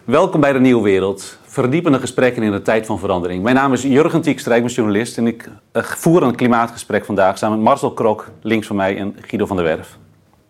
Welkom bij de Nieuwe Wereld. Verdiepende gesprekken in de tijd van verandering. Mijn naam is Jurgen Tiekstra, ik ben journalist en ik voer een klimaatgesprek vandaag samen met Marcel Krok, links van mij, en Guido van der Werf.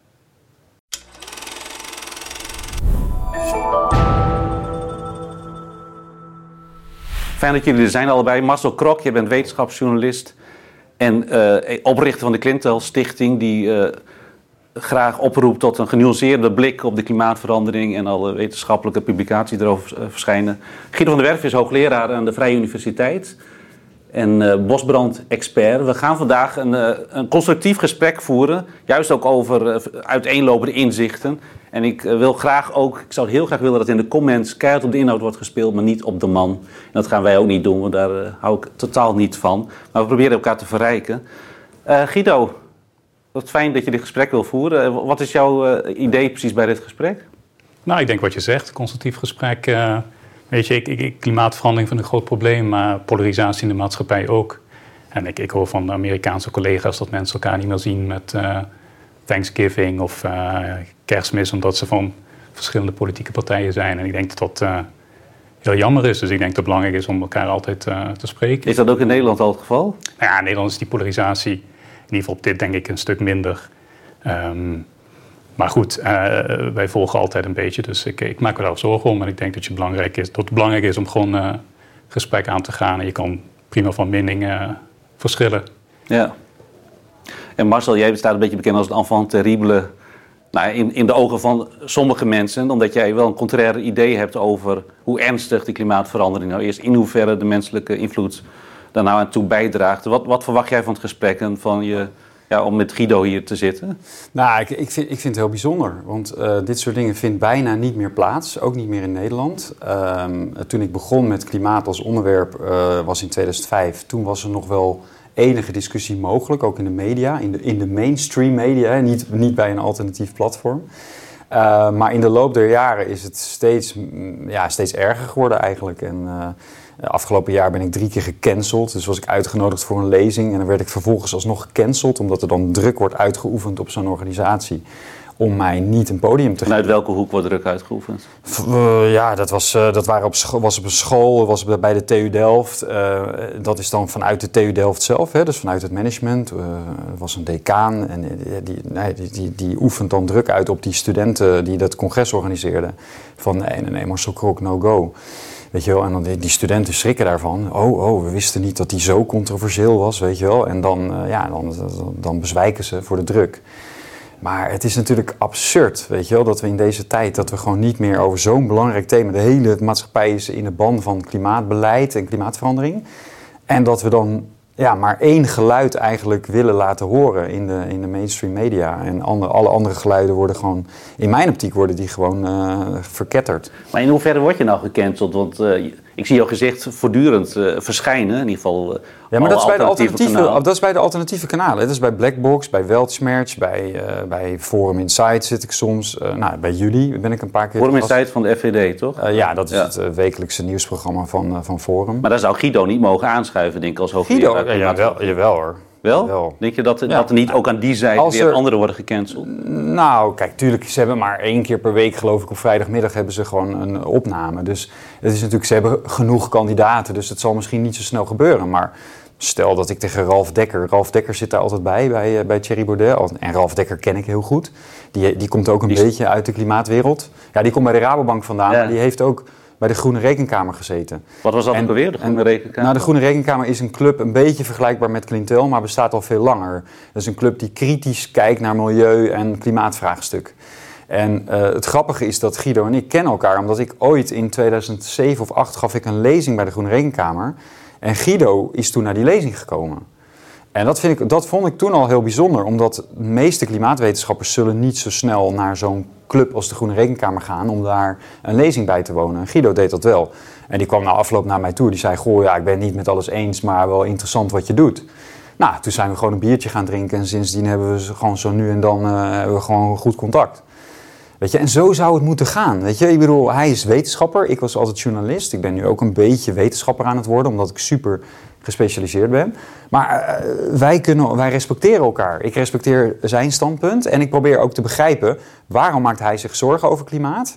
Fijn dat jullie er zijn allebei. Marcel Krok, je bent wetenschapsjournalist en oprichter van de Clintel Stichting, die graag oproept tot een genuanceerde blik op de klimaatverandering en alle wetenschappelijke publicaties erover verschijnen. Guido van der Werf is hoogleraar aan de Vrije Universiteit en bosbrand-expert. We gaan vandaag een constructief gesprek voeren, juist ook over uiteenlopende inzichten. En ik zou heel graag willen dat in de comments keihard op de inhoud wordt gespeeld, maar niet op de man. En dat gaan wij ook niet doen, want daar hou ik totaal niet van. Maar we proberen elkaar te verrijken. Guido, wat fijn dat je dit gesprek wil voeren. Wat is jouw idee precies bij dit gesprek? Nou, ik denk wat je zegt, constructief gesprek. Weet je, klimaatverandering vind ik een groot probleem, maar polarisatie in de maatschappij ook. En ik hoor van de Amerikaanse collega's dat mensen elkaar niet meer zien met Thanksgiving of Kerstmis, omdat ze van verschillende politieke partijen zijn. En ik denk dat dat heel jammer is. Dus ik denk dat het belangrijk is om elkaar altijd te spreken. Is dat ook in Nederland al het geval? Nou ja, in Nederland is die polarisatie in ieder geval op dit denk ik een stuk minder. Maar goed, wij volgen altijd een beetje, dus ik maak me daar zorgen om. En ik denk dat het belangrijk is om gewoon gesprek aan te gaan. En je kan prima van mening verschillen. Ja. En Marcel, jij staat een beetje bekend als het enfant terrible in de ogen van sommige mensen, omdat jij wel een contraire idee hebt over hoe ernstig de klimaatverandering nou is, in hoeverre de menselijke invloed daar nou aan toe bijdraagt. Wat verwacht jij van het gesprek en om met Guido hier te zitten? Nou, ik vind het heel bijzonder, want dit soort dingen vindt bijna niet meer plaats, ook niet meer in Nederland. Toen ik begon met klimaat als onderwerp was in 2005, toen was er nog wel enige discussie mogelijk, ook in de media, in de mainstream media, niet bij een alternatief platform. Maar in de loop der jaren is het steeds erger geworden eigenlijk. En afgelopen jaar ben ik 3 keer gecanceld. Dus was ik uitgenodigd voor een lezing en dan werd ik vervolgens alsnog gecanceld, omdat er dan druk wordt uitgeoefend op zo'n organisatie om mij niet een podium te geven. Vanuit welke hoek wordt druk uitgeoefend? Dat was op een school, was bij de TU Delft. Dat is dan vanuit de TU Delft zelf, dus vanuit het management. Er was een decaan en die oefent dan druk uit op die studenten die dat congres organiseerden. Van nee, Marcel Krok, no go. Weet je wel, en dan die studenten schrikken daarvan. We wisten niet dat die zo controversieel was, weet je wel. En dan bezwijken ze voor de druk. Maar het is natuurlijk absurd, weet je wel, dat we in deze tijd, dat we gewoon niet meer over zo'n belangrijk thema, de hele maatschappij is in de ban van klimaatbeleid en klimaatverandering. En dat we dan maar één geluid eigenlijk willen laten horen in de mainstream media. En alle andere geluiden worden gewoon, in mijn optiek worden die gewoon verketterd. Maar in hoeverre word je nou gecanceld? Want ik zie jouw gezicht voortdurend verschijnen, in ieder geval. Ja, maar dat is bij de alternatieve kanalen. Dat is bij Blackbox, bij Weltschmerz, bij Forum Insight zit ik soms. Bij jullie ben ik een paar keer. Forum Insight van de FVD, toch? Dat is het wekelijkse nieuwsprogramma van Forum. Maar daar zou Guido niet mogen aanschuiven, denk ik, als hoogleraar. Jawel hoor. Wel? Denk je dat er niet ook aan die zijde weer anderen worden gecanceld? Nou, kijk, tuurlijk, ze hebben maar 1 keer per week, geloof ik, op vrijdagmiddag hebben ze gewoon een opname. Dus het is natuurlijk, ze hebben genoeg kandidaten, dus het zal misschien niet zo snel gebeuren. Maar stel dat ik tegen Ralf Dekker zit daar altijd bij Thierry Baudet. En Ralf Dekker ken ik heel goed. Die komt ook een beetje uit de klimaatwereld. Ja, die komt bij de Rabobank vandaan, maar die heeft ook bij de Groene Rekenkamer gezeten. Wat was dat ook alweer, de Groene Rekenkamer? Nou, de Groene Rekenkamer is een club een beetje vergelijkbaar met Clintel, maar bestaat al veel langer. Dat is een club die kritisch kijkt naar milieu- en klimaatvraagstukken. En het grappige is dat Guido en ik kennen elkaar, omdat ik ooit in 2007 of 2008 gaf ik een lezing bij de Groene Rekenkamer. En Guido is toen naar die lezing gekomen. En dat vond ik toen al heel bijzonder, omdat de meeste klimaatwetenschappers zullen niet zo snel naar zo'n club als de Groene Rekenkamer gaan om daar een lezing bij te wonen. En Guido deed dat wel. En die kwam na afloop naar mij toe. Die zei, ik ben het niet met alles eens, maar wel interessant wat je doet. Nou, toen zijn we gewoon een biertje gaan drinken en sindsdien hebben we gewoon zo nu en dan hebben we gewoon goed contact. Weet je, en zo zou het moeten gaan. Weet je, ik bedoel, hij is wetenschapper, ik was altijd journalist. Ik ben nu ook een beetje wetenschapper aan het worden, omdat ik super gespecialiseerd ben. Maar wij respecteren elkaar. Ik respecteer zijn standpunt en ik probeer ook te begrijpen waarom maakt hij zich zorgen over klimaat.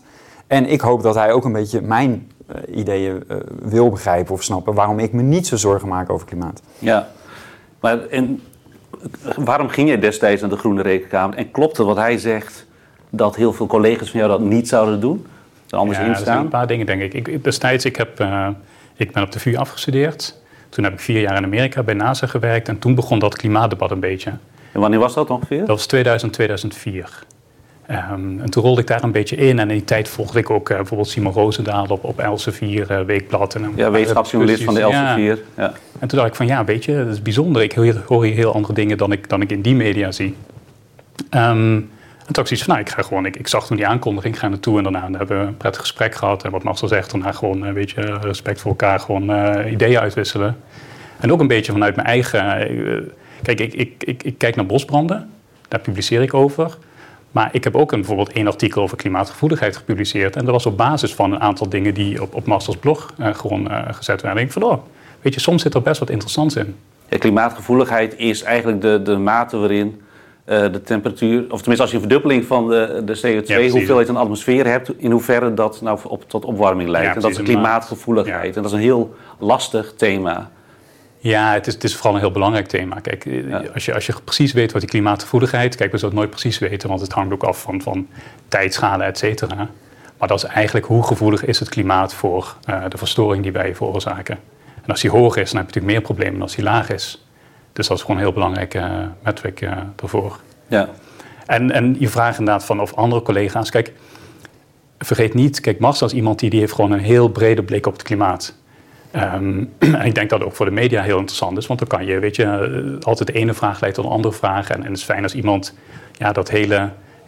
En ik hoop dat hij ook een beetje mijn ideeën wil begrijpen of snappen. Waarom ik me niet zo zorgen maak over klimaat. Ja, maar waarom ging jij destijds naar de Groene Rekenkamer? En klopt het wat hij zegt dat heel veel collega's van jou dat niet zouden doen? Er anders in Er staan? zijn een paar dingen, denk ik. Destijds, ik ben op de VU afgestudeerd. Toen heb ik 4 jaar in Amerika bij NASA gewerkt. En toen begon dat klimaatdebat een beetje. En wanneer was dat ongeveer? Dat was 2004. En toen rolde ik daar een beetje in. En in die tijd volgde ik ook bijvoorbeeld Simon Roosendaal op Elsevier, Weekblad. En wetenschapsjournalist van de Elsevier. Ja. En toen dacht ik van, weet je, dat is bijzonder. Ik hoor hier heel andere dingen dan ik in die media zie. En toen had ik zoiets van, ik zag toen die aankondiging, ik ga naartoe. En daarna hebben we een prettig gesprek gehad. En wat Marcel zegt, daarna gewoon een beetje respect voor elkaar, gewoon ideeën uitwisselen. En ook een beetje vanuit mijn eigen... Kijk, ik kijk naar bosbranden. Daar publiceer ik over. Maar ik heb ook bijvoorbeeld 1 artikel over klimaatgevoeligheid gepubliceerd. En dat was op basis van een aantal dingen die op Marcel's blog gezet werden. En ik van, weet je, soms zit er best wat interessants in. Ja, klimaatgevoeligheid is eigenlijk de mate waarin de temperatuur... of tenminste als je een verdubbeling van de CO2-hoeveelheid in de atmosfeer hebt... in hoeverre dat nou tot opwarming leidt. Ja, en dat is klimaatgevoeligheid. Ja. En dat is een heel lastig thema. Ja, het is vooral een heel belangrijk thema. Kijk, als je precies weet wat die klimaatgevoeligheid... Kijk, we zullen het nooit precies weten, want het hangt ook af van tijdschalen, et cetera. Maar dat is eigenlijk hoe gevoelig is het klimaat voor de verstoring die wij veroorzaken. En als die hoog is, dan heb je natuurlijk meer problemen dan als die laag is. Dus dat is gewoon een heel belangrijke metric daarvoor. Ja. En je vraagt inderdaad van of andere collega's... Kijk, vergeet niet, kijk, Marcel is iemand die heeft gewoon een heel brede blik op het klimaat. En ik denk dat het ook voor de media heel interessant is, want dan kan je, weet je, altijd de ene vraag leidt tot een andere vraag. En het is fijn als iemand dat hele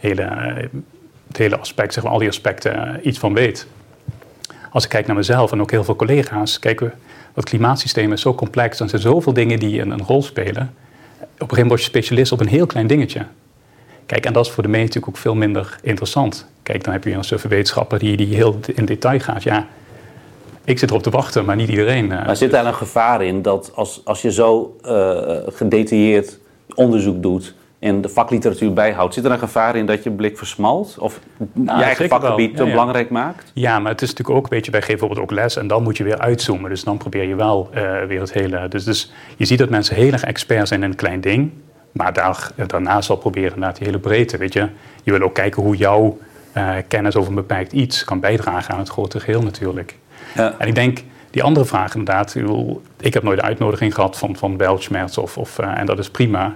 aspect, zeg maar, al die aspecten iets van weet. Als ik kijk naar mezelf en ook heel veel collega's, kijken dat klimaatsysteem is zo complex. Er zijn zoveel dingen die een rol spelen. Op een gegeven moment word je specialist op een heel klein dingetje. Kijk, en dat is voor de media natuurlijk ook veel minder interessant. Kijk, dan heb je een surveywetenschapper die heel in detail gaat. Ja, ik zit erop te wachten, maar niet iedereen. Maar zit daar een gevaar in dat als je zo gedetailleerd onderzoek doet en de vakliteratuur bijhoudt, zit er een gevaar in dat je blik versmalt? Of je eigen vakgebied te belangrijk maakt? Ja, maar het is natuurlijk ook, weet je, wij geven bijvoorbeeld ook les en dan moet je weer uitzoomen. Dus dan probeer je wel weer het hele... Dus je ziet dat mensen heel erg expert zijn in een klein ding, maar daarnaast wel proberen inderdaad die hele breedte, weet je. Je wil ook kijken hoe jouw kennis over een beperkt iets kan bijdragen aan het grote geheel natuurlijk. Ja. En ik denk, die andere vraag inderdaad, ik heb nooit de uitnodiging gehad van Weltschmerz en dat is prima.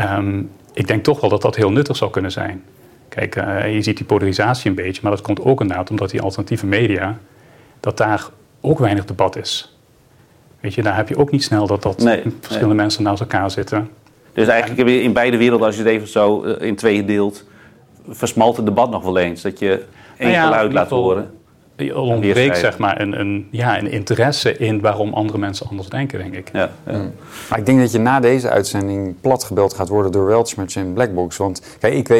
Ik denk toch wel dat dat heel nuttig zou kunnen zijn. Kijk, je ziet die polarisatie een beetje, maar dat komt ook inderdaad omdat die alternatieve media, dat daar ook weinig debat is. Weet je, daar heb je ook niet snel dat verschillende mensen naast elkaar zitten. Dus eigenlijk in beide werelden, als je het even zo in tweeën deelt, versmalt het debat nog wel eens. Dat je één geluid laat horen. Er ontbreekt zeg maar een interesse in waarom andere mensen anders denken, denk ik. Ja. Maar ik denk dat je na deze uitzending platgebeld gaat worden door Weltschmerz en Blackbox. Want kijk,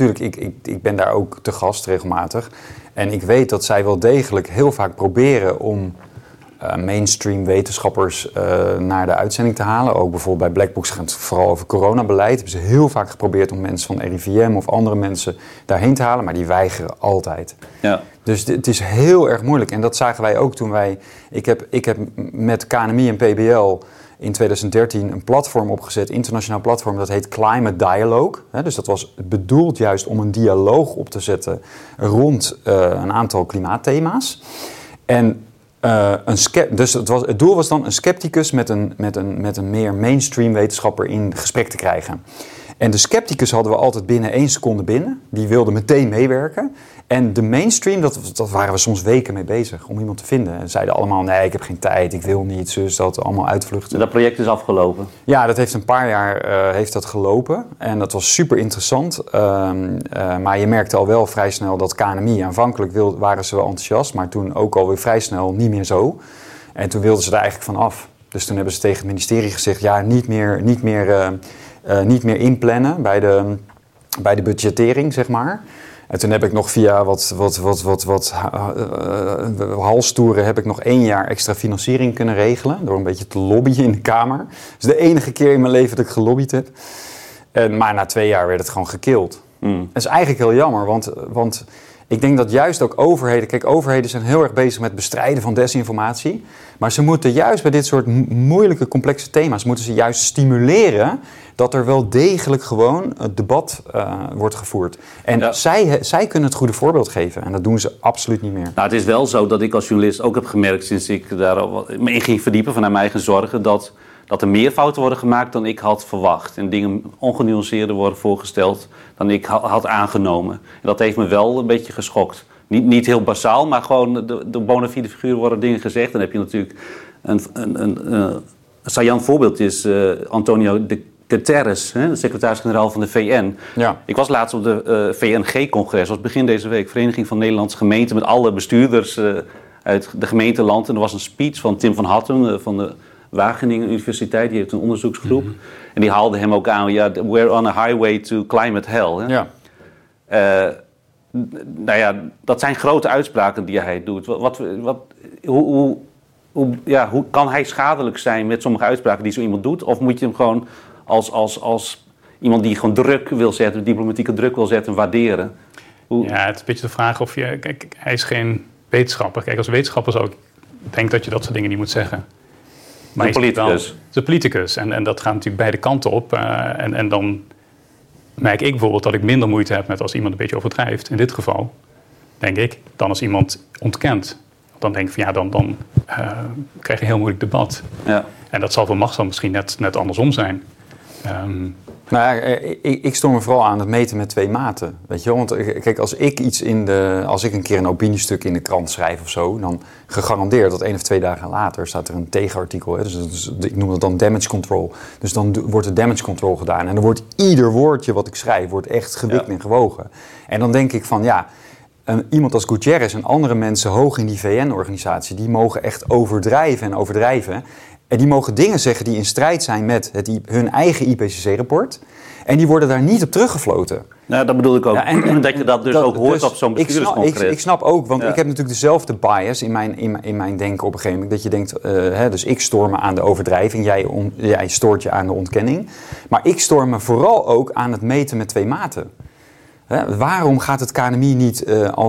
ik ben daar ook te gast regelmatig. En ik weet dat zij wel degelijk heel vaak proberen om mainstream wetenschappers naar de uitzending te halen. Ook bijvoorbeeld bij Blackbox gaat het vooral over coronabeleid. Hebben ze heel vaak geprobeerd om mensen van RIVM of andere mensen daarheen te halen. Maar die weigeren altijd. Ja. Dus het is heel erg moeilijk. En dat zagen wij ook toen ik heb met KNMI en PBL in 2013 een platform opgezet, internationaal platform, dat heet Climate Dialogue. Dus dat was bedoeld juist om een dialoog op te zetten rond een aantal klimaatthema's. En dus het doel was dan een scepticus met een meer mainstream wetenschapper in gesprek te krijgen. En de scepticus hadden we altijd binnen 1 seconde binnen. Die wilde meteen meewerken. En de mainstream, dat waren we soms weken mee bezig om iemand te vinden. En zeiden allemaal, nee, ik heb geen tijd, ik wil niet. Dus dat allemaal uitvluchten. Dat project is afgelopen? Ja, dat heeft een paar jaar heeft dat gelopen. En dat was super interessant. Maar je merkte al wel vrij snel dat KNMI, aanvankelijk waren ze wel enthousiast. Maar toen ook alweer vrij snel niet meer zo. En toen wilden ze er eigenlijk van af. Dus toen hebben ze tegen het ministerie gezegd, ja, niet meer inplannen bij de budgettering, zeg maar. En toen heb ik nog via wat halstoeren heb ik nog 1 jaar extra financiering kunnen regelen. Door een beetje te lobbyen in de Kamer. Dus de enige keer in mijn leven dat ik gelobbyd heb. Maar na 2 jaar werd het gewoon gekild. Dat is eigenlijk heel jammer, want Ik denk dat juist ook overheden... Kijk, overheden zijn heel erg bezig met bestrijden van desinformatie. Maar ze moeten juist bij dit soort moeilijke, complexe thema's... moeten ze juist stimuleren dat er wel degelijk gewoon het debat wordt gevoerd. En zij kunnen het goede voorbeeld geven. En dat doen ze absoluut niet meer. Nou, het is wel zo dat ik als journalist ook heb gemerkt... sinds ik daar me in ging verdiepen vanuit mijn eigen zorgen... dat er meer fouten worden gemaakt dan ik had verwacht. En dingen ongenuanceerder worden voorgesteld dan ik had aangenomen. En dat heeft me wel een beetje geschokt. Niet heel basaal, maar gewoon de bona fide figuur worden dingen gezegd. Dan heb je natuurlijk een saillant voorbeeld is Antonio Guterres, de secretaris-generaal van de VN. Ja. Ik was laatst op de VNG-congres, dat was begin deze week. Vereniging van Nederlandse Gemeenten met alle bestuurders uit de gemeenteland. En er was een speech van Tim van Hattem van de Wageningen Universiteit, die heeft een onderzoeksgroep. Mm-hmm. En die haalde hem ook aan, we're on a highway to climate hell. Hè? Ja. Dat zijn grote uitspraken die hij doet. Hoe kan hij schadelijk zijn met sommige uitspraken die zo iemand doet? Of moet je hem gewoon als iemand die gewoon druk wil zetten, diplomatieke druk wil zetten, waarderen? Ja, het is een beetje de vraag of je... Kijk, hij is geen wetenschapper. Kijk, als wetenschapper zou ik denken dat je dat soort dingen niet moet zeggen. Maar een politicus. Het is een politicus. En dat gaat natuurlijk beide kanten op. En dan merk ik bijvoorbeeld dat ik minder moeite heb met als iemand een beetje overdrijft. In dit geval, denk ik, dan als iemand ontkent. Dan denk ik van dan krijg je een heel moeilijk debat. Ja. En dat zal voor Marcel misschien net andersom zijn. Nou ja, ik stoor me vooral aan het meten met 2 maten. Weet je wel? Want kijk, als ik een keer een opiniestuk in de krant schrijf of zo, dan gegarandeerd dat 1 of 2 dagen later staat er een tegenartikel. Hè? Dus ik noem dat dan damage control. Dus dan wordt er damage control gedaan. En dan wordt ieder woordje wat ik schrijf, wordt echt gewikt en gewogen. En dan denk ik van iemand als Guterres en andere mensen hoog in die VN-organisatie, die mogen echt overdrijven. En die mogen dingen zeggen die in strijd zijn met hun eigen IPCC-rapport. En die worden daar niet op teruggefloten. Nou, dat bedoel ik ook. Ja, en dat je dat dus ook hoort op zo'n bestuurderscongres. Ik snap ook, want ik heb natuurlijk dezelfde bias in mijn denken op een gegeven moment. Dat je denkt, dus ik stoor me aan de overdrijving, jij stoort je aan de ontkenning. Maar ik stoor me vooral ook aan het meten met 2 maten. Waarom gaat het KNMI niet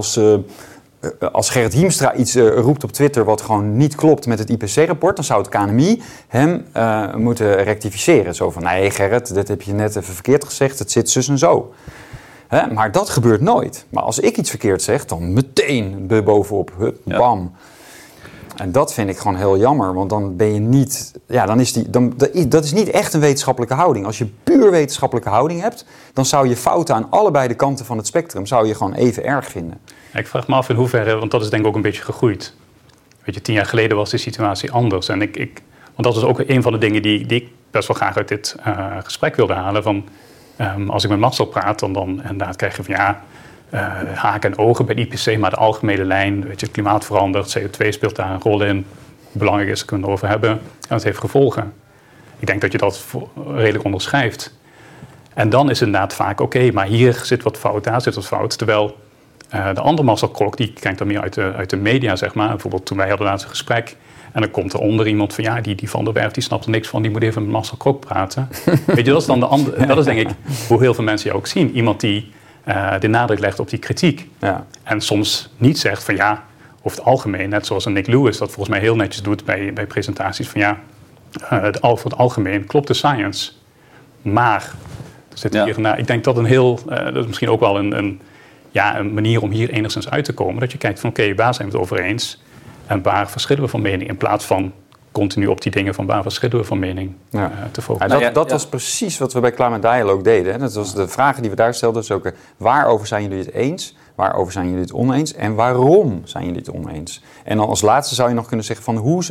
als Gerrit Hiemstra iets roept op Twitter wat gewoon niet klopt met het IPCC-rapport, dan zou het KNMI hem moeten rectificeren. Zo van, nee Gerrit, dit heb je net even verkeerd gezegd, het zit zus en zo. Maar dat gebeurt nooit. Maar als ik iets verkeerd zeg, dan meteen bovenop, bam. En dat vind ik gewoon heel jammer, want dan ben je niet... Ja, dat is niet echt een wetenschappelijke houding. Als je puur wetenschappelijke houding hebt, dan zou je fouten aan allebei de kanten van het spectrum zou je gewoon even erg vinden. Ja, ik vraag me af in hoeverre, want dat is denk ik ook een beetje gegroeid. Weet je, 10 jaar geleden was de situatie anders. En want dat is ook een van de dingen die ik best wel graag uit dit gesprek wilde halen. Van, als ik met Marcel praat, dan inderdaad krijg je van haken en ogen bij de IPCC, maar de algemene lijn, weet je, het klimaat verandert, CO2 speelt daar een rol in. Belangrijk is, kunnen we het over hebben. En het heeft gevolgen. Ik denk dat je dat redelijk onderschrijft. En dan is het inderdaad vaak, oké, maar hier zit wat fout, daar zit wat fout. Terwijl de andere Marcel Krok, die kijkt dan meer uit de media, zeg maar. Bijvoorbeeld toen wij hadden laatst een gesprek. En dan komt er onder iemand van, die Van der Werf, die snapt er niks van. Die moet even met Marcel Krok praten. Weet je, dat is dan dat is denk ik hoe heel veel mensen jou ook zien. Iemand die de nadruk legt op die kritiek. Ja. En soms niet zegt van over het algemeen, net zoals een Nick Lewis dat volgens mij heel netjes doet bij presentaties van voor het algemeen klopt de science. Maar ik denk dat dat is misschien ook wel een manier om hier enigszins uit te komen. Dat je kijkt van oké, waar zijn we het over eens? En waar verschillen we van mening? In plaats van continu op die dingen van waar verschillen we van mening te focussen. Dat was precies wat we bij Climate Dialogue deden. Hè? Dat was de vragen die we daar stelden. Dus ook, waarover zijn jullie het eens? Waarover zijn jullie het oneens? En waarom zijn jullie het oneens? En dan als laatste zou je nog kunnen zeggen van hoe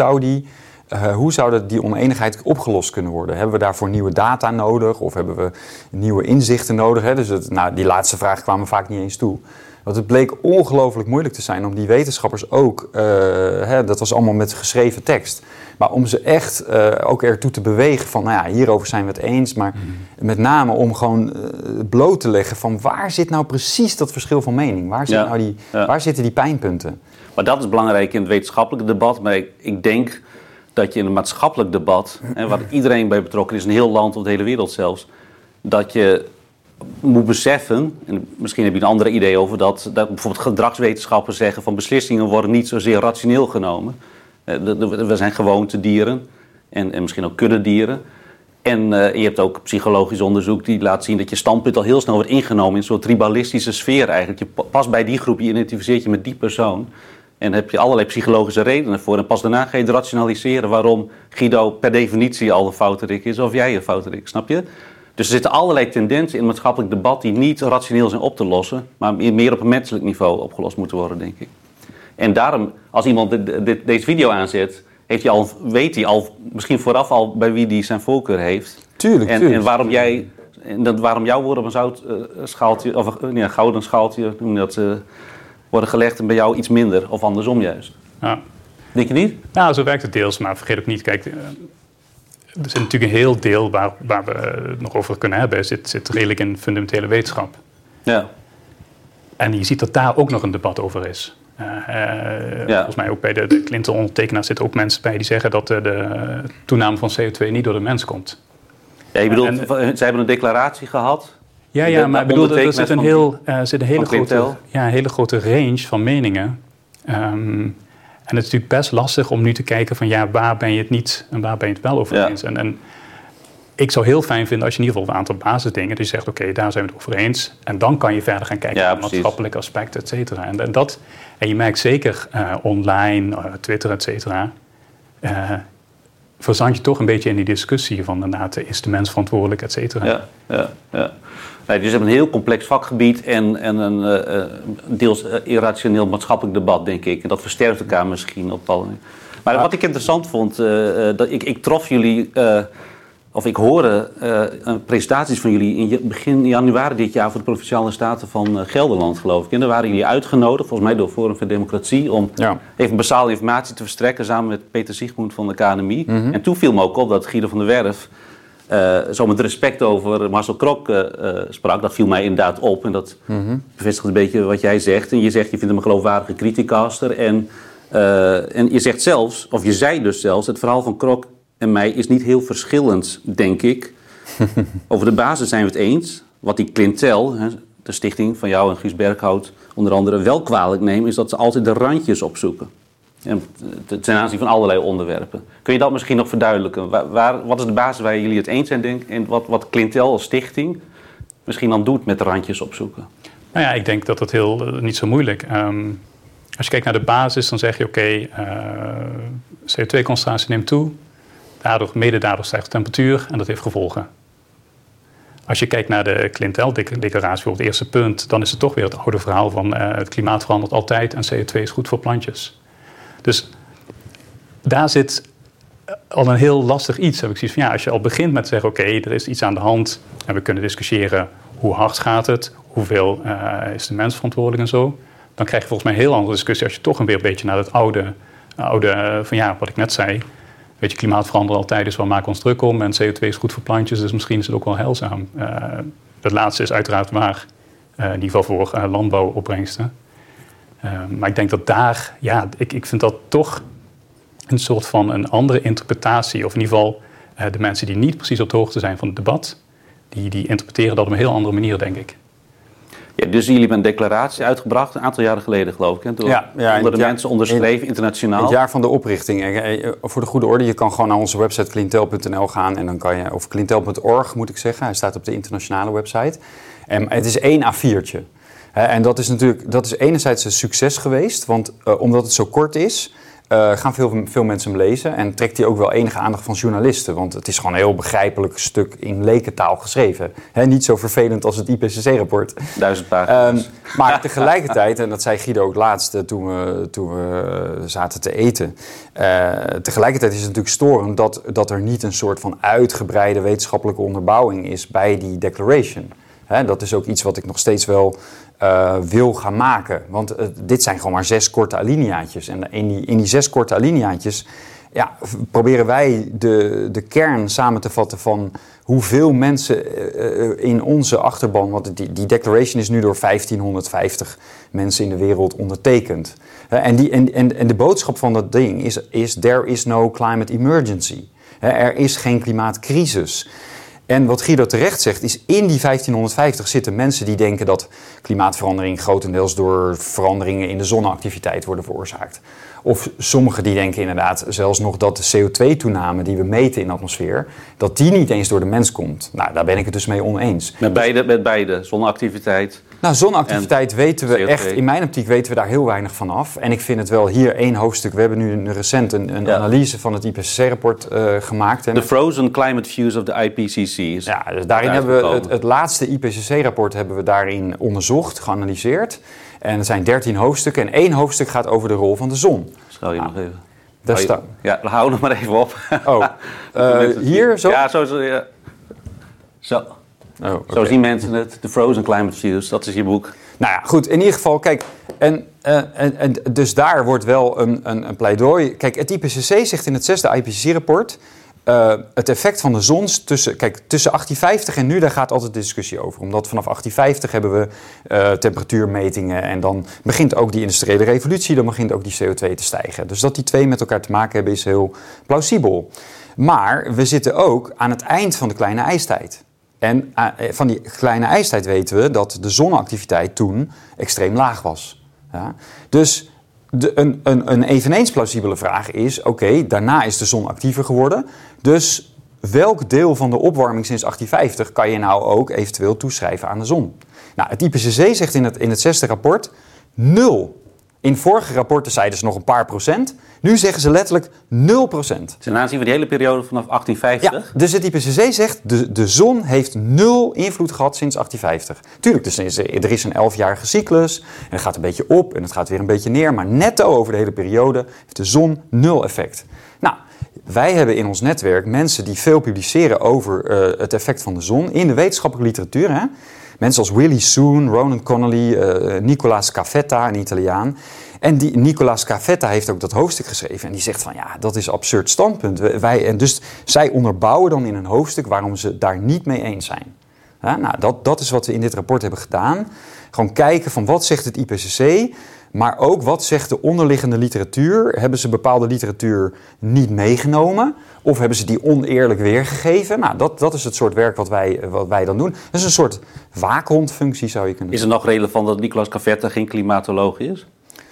zou die oneenigheid opgelost kunnen worden? Hebben we daarvoor nieuwe data nodig? Of hebben we nieuwe inzichten nodig? Hè? Dus die laatste vraag kwamen vaak niet eens toe. Want het bleek ongelooflijk moeilijk te zijn om die wetenschappers ook... dat was allemaal met geschreven tekst. Maar om ze echt ook ertoe te bewegen van... hierover zijn we het eens. Maar met name om gewoon bloot te leggen van... waar zit nou precies dat verschil van mening? Waar zitten die pijnpunten? Maar dat is belangrijk in het wetenschappelijke debat. Maar ik denk dat je in een maatschappelijk debat... waar iedereen bij betrokken is, een heel land of de hele wereld zelfs... dat je moet beseffen, en misschien heb je een andere idee over dat bijvoorbeeld gedragswetenschappers zeggen van beslissingen worden niet zozeer rationeel genomen. We zijn gewoontedieren en misschien ook kuddedieren. En je hebt ook psychologisch onderzoek die laat zien dat je standpunt al heel snel wordt ingenomen in een soort tribalistische sfeer eigenlijk. Je past bij die groep, je identificeert je met die persoon. En daar heb je allerlei psychologische redenen voor. En pas daarna ga je het rationaliseren waarom Guido per definitie al een fouterik is of jij een fouterik, snap je? Dus er zitten allerlei tendensen in het maatschappelijk debat die niet rationeel zijn op te lossen, maar meer op een menselijk niveau opgelost moeten worden, denk ik. En daarom, als iemand deze video aanzet, weet hij al misschien vooraf al bij wie die zijn voorkeur heeft. Tuurlijk. En waarom jouw woorden op een zoutschaaltje, of een gouden schaaltje, worden gelegd en bij jou iets minder, of andersom juist. Ja. Denk je niet? Nou, zo werkt het deels, maar vergeet ook niet, kijk, er is natuurlijk een heel deel waar we het nog over kunnen hebben, zit redelijk in fundamentele wetenschap. Ja. En je ziet dat daar ook nog een debat over is. Volgens mij ook bij de Clinton-ondertekenaars zitten ook mensen bij die zeggen dat de toename van CO2 niet door de mens komt. Ja, je bedoelt, zij hebben een declaratie gehad. Ja, maar ik bedoel, er zit een hele grote range van meningen. En het is natuurlijk best lastig om nu te kijken van waar ben je het niet en waar ben je het wel over eens. En ik zou heel fijn vinden als je in ieder geval een aantal basisdingen, dat je zegt oké, daar zijn we het over eens. En dan kan je verder gaan kijken naar maatschappelijke aspecten, et cetera. En je merkt zeker online, Twitter, et cetera, verzand je toch een beetje in die discussie van inderdaad, is de mens verantwoordelijk, et cetera. Ja. Nee, dus je hebt een heel complex vakgebied en een deels irrationeel maatschappelijk debat, denk ik. En dat versterkt elkaar misschien op tal. Maar wat ik interessant vond, ik trof jullie, of ik hoorde presentaties van jullie in begin januari dit jaar voor de Provinciale Staten van Gelderland, geloof ik. En daar waren jullie uitgenodigd, volgens mij door Forum voor Democratie, om even basale informatie te verstrekken samen met Peter Siegmund van de KNMI. Mm-hmm. En toen viel me ook op dat Guido van der Werf zo met respect over Marcel Krok sprak. Dat viel mij inderdaad op en dat bevestigt een beetje wat jij zegt. En je zegt, je vindt hem een geloofwaardige criticaster. En je zegt zelfs, of je zei dus zelfs, het verhaal van Krok en mij is niet heel verschillend, denk ik. Over de basis zijn we het eens. Wat die Clintel, de stichting van jou en Guus Berghout onder andere, wel kwalijk nemen, is dat ze altijd de randjes opzoeken. En ten aanzien van allerlei onderwerpen. Kun je dat misschien nog verduidelijken? Wat is de basis waar jullie het eens zijn, denk ik, en wat Clintel als stichting misschien dan doet met de randjes opzoeken? Nou ja, ik denk dat dat niet zo moeilijk. Als je kijkt naar de basis, dan zeg je oké, CO2-concentratie neemt toe. Mede daardoor stijgt de temperatuur en dat heeft gevolgen. Als je kijkt naar de Clintel-declaratie voor het eerste punt, dan is het toch weer het oude verhaal van het klimaat verandert altijd en CO2 is goed voor plantjes. Dus daar zit al een heel lastig iets. Heb ik zoiets van, als je al begint met te zeggen, oké, er is iets aan de hand en we kunnen discussiëren hoe hard gaat het, hoeveel is de mens verantwoordelijk en zo, dan krijg je volgens mij een heel andere discussie als je toch een beetje naar het oude van wat ik net zei. Weet je, klimaat verandert altijd, dus we maken ons druk om en CO2 is goed voor plantjes, dus misschien is het ook wel heilzaam. Het laatste is uiteraard waar, in ieder geval voor landbouwopbrengsten. Maar ik denk dat daar, ik vind dat toch een soort van een andere interpretatie. Of in ieder geval de mensen die niet precies op de hoogte zijn van het debat, die interpreteren dat op een heel andere manier, denk ik. Ja, dus jullie hebben een declaratie uitgebracht, een aantal jaren geleden geloof ik. Hè? Door honderden mensen onderschreven, internationaal. Het jaar van de oprichting. Voor de goede orde, je kan gewoon naar onze website clintel.nl gaan. En dan kan je, of clintel.org moet ik zeggen. Hij staat op de internationale website. Het is 1 A4'tje. En dat is enerzijds een succes geweest, want omdat het zo kort is, gaan veel mensen hem lezen en trekt hij ook wel enige aandacht van journalisten, want het is gewoon een heel begrijpelijk stuk in lekentaal geschreven. Niet zo vervelend als het IPCC-rapport. 1000 pagina's. Maar tegelijkertijd, en dat zei Guido ook laatst toen we zaten te eten, tegelijkertijd is het natuurlijk storend dat er niet een soort van uitgebreide wetenschappelijke onderbouwing is bij die declaration. Dat is ook iets wat ik nog steeds wel wil gaan maken. Want dit zijn gewoon maar 6 korte alineaatjes. En in die 6 korte alineaatjes proberen wij de kern samen te vatten van hoeveel mensen in onze achterban, want die declaration is nu door 1550 mensen in de wereld ondertekend. En de boodschap van dat ding is there is no climate emergency. Er is geen klimaatcrisis. En wat Guido terecht zegt, is in die 1550 zitten mensen die denken dat klimaatverandering grotendeels door veranderingen in de zonneactiviteit worden veroorzaakt. Of sommigen die denken inderdaad zelfs nog dat de CO2-toename die we meten in de atmosfeer, dat die niet eens door de mens komt. Nou, daar ben ik het dus mee oneens. Met beide zonneactiviteit. Nou, zonneactiviteit weten we CO2. echt, in mijn optiek weten we daar heel weinig van af. En ik vind het wel hier één hoofdstuk. We hebben nu recent een analyse van het IPCC-rapport gemaakt. The Frozen Climate Views of the IPCC. Ja, dus daarin hebben we het laatste IPCC-rapport hebben we daarin onderzocht, geanalyseerd. En er zijn 13 hoofdstukken en 1 hoofdstuk gaat over de rol van de zon. Schouw je nog even. Daar staat. Ja, hou nog maar even op. Oh, hier zo? Ja, zo. Ja. Zo. Oh, okay. Zo zien mensen het. The Frozen Climate Views, dat is je boek. Nou ja, goed. In ieder geval, kijk, en dus daar wordt wel een pleidooi. Kijk, het IPCC zegt in het 6e IPCC-rapport... het effect van de zon tussen 1850 en nu, daar gaat altijd discussie over. Omdat vanaf 1850 hebben we temperatuurmetingen en dan begint ook die industriële revolutie, dan begint ook die CO2 te stijgen. Dus dat die twee met elkaar te maken hebben is heel plausibel. Maar we zitten ook aan het eind van de kleine ijstijd. En van die kleine ijstijd weten we dat de zonneactiviteit toen extreem laag was. Ja? Dus een eveneens plausibele vraag is, oké, daarna is de zon actiever geworden. Dus welk deel van de opwarming sinds 1850 kan je nou ook eventueel toeschrijven aan de zon? Nou, het IPCC zegt in het 6e rapport 0. In vorige rapporten zeiden ze nog een paar procent. Nu zeggen ze letterlijk 0%. Ten aanzien van die hele periode vanaf 1850? Ja, dus het IPCC zegt de zon heeft 0 invloed gehad sinds 1850. Tuurlijk, dus er is een 11-jarige cyclus en het gaat een beetje op en het gaat weer een beetje neer. Maar netto over de hele periode heeft de zon 0 effect. Nou, wij hebben in ons netwerk mensen die veel publiceren over het effect van de zon in de wetenschappelijke literatuur. Hè? Mensen als Willie Soon, Ronan Connolly, Nicola Scafetta, een Italiaan. En die Nicola Scafetta heeft ook dat hoofdstuk geschreven. En die zegt van ja, dat is een absurd standpunt. En dus zij onderbouwen dan in een hoofdstuk waarom ze daar niet mee eens zijn. Ja, nou, dat is wat we in dit rapport hebben gedaan. Gewoon kijken van wat zegt het IPCC, maar ook wat zegt de onderliggende literatuur. Hebben ze bepaalde literatuur niet meegenomen? Of hebben ze die oneerlijk weergegeven? Nou, dat is het soort werk wat wij dan doen. Dat is een soort waakhondfunctie, zou je kunnen zeggen. Is het nog relevant dat Nicola Scafetta geen klimatoloog is?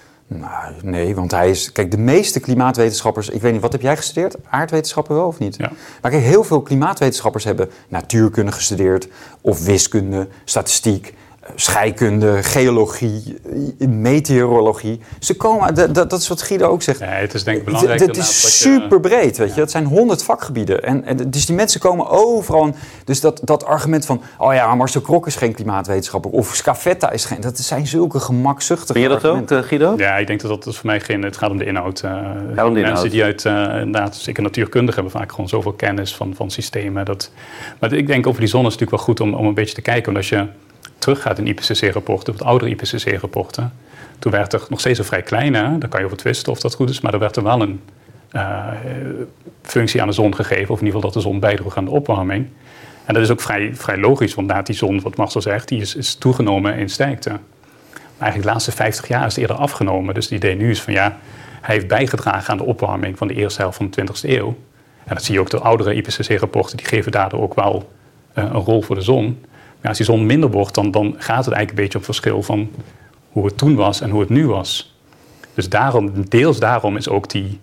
Nou, nee, want hij is... Kijk, de meeste klimaatwetenschappers... Ik weet niet, wat heb jij gestudeerd? Aardwetenschappen wel of niet? Ja. Maar kijk, heel veel klimaatwetenschappers hebben natuurkunde gestudeerd... of wiskunde, statistiek, scheikunde, geologie, meteorologie. Ze komen... Dat is wat Guido ook zegt. Ja, het is denk ik belangrijk... Het is super breed, weet je. Het zijn 100 vakgebieden. En dus die mensen komen overal... Dus dat argument van... Oh ja, Marcel Krok is geen klimaatwetenschapper. Of Scafetta is geen... Dat zijn zulke gemakzuchtige argumenten. Ben je dat ook, Guido? Ja, ik denk dat voor mij geen... Het gaat om de inhoud. Mensen die uit... inderdaad, zeker natuurkundig hebben vaak gewoon zoveel kennis van systemen. Maar ik denk over die zon is het natuurlijk wel goed om een beetje te kijken. Want als je teruggaat in IPCC-rapporten, wat oudere IPCC-rapporten... Toen werd er nog steeds een vrij kleine, daar kan je over twisten of dat goed is, maar er werd er wel een functie aan de zon gegeven, of in ieder geval dat de zon bijdroeg aan de opwarming. En dat is ook vrij logisch, want na die zon, wat Marcel zegt, die is toegenomen in sterkte. Maar eigenlijk de laatste 50 jaar is het eerder afgenomen. Dus het idee nu is van ja, hij heeft bijgedragen aan de opwarming van de eerste helft van de 20e eeuw. En dat zie je ook de oudere IPCC-rapporten, die geven daardoor ook wel een rol voor de zon. Maar als die zon minder wordt, dan gaat het eigenlijk een beetje op verschil van hoe het toen was en hoe het nu was. Dus deels daarom is ook die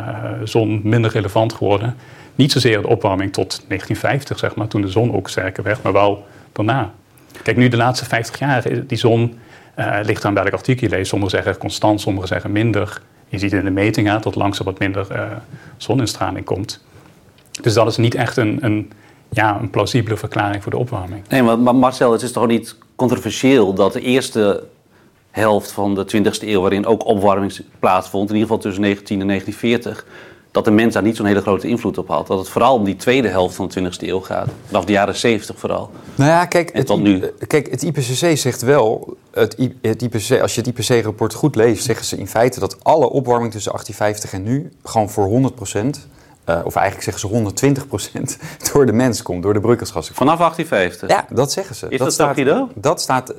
zon minder relevant geworden. Niet zozeer de opwarming tot 1950, zeg maar, toen de zon ook sterker werd, maar wel daarna. Kijk, nu de laatste 50 jaar, die zon ligt aan welk artikel je leest. Sommigen zeggen constant, sommigen zeggen minder. Je ziet in de metingen dat langzaam wat minder zoninstraling komt. Dus dat is niet echt een plausibele verklaring voor de opwarming. Nee, maar Marcel, het is toch niet controversieel dat de eerste helft van de 20e eeuw, waarin ook opwarming plaatsvond, in ieder geval tussen 19 en 1940, dat de mens daar niet zo'n hele grote invloed op had. Dat het vooral om die tweede helft van de 20e eeuw gaat. Vanaf de jaren 70 vooral. Nou ja, kijk, het IPCC zegt wel, als je het IPCC-rapport goed leest, zeggen ze in feite dat alle opwarming tussen 1850 en nu gewoon voor 100% of eigenlijk zeggen ze 120% door de mens komt, door de broeikasgassen. Vanaf 1850? Ja, dat zeggen ze. Is dat zo, Guido? Dat staat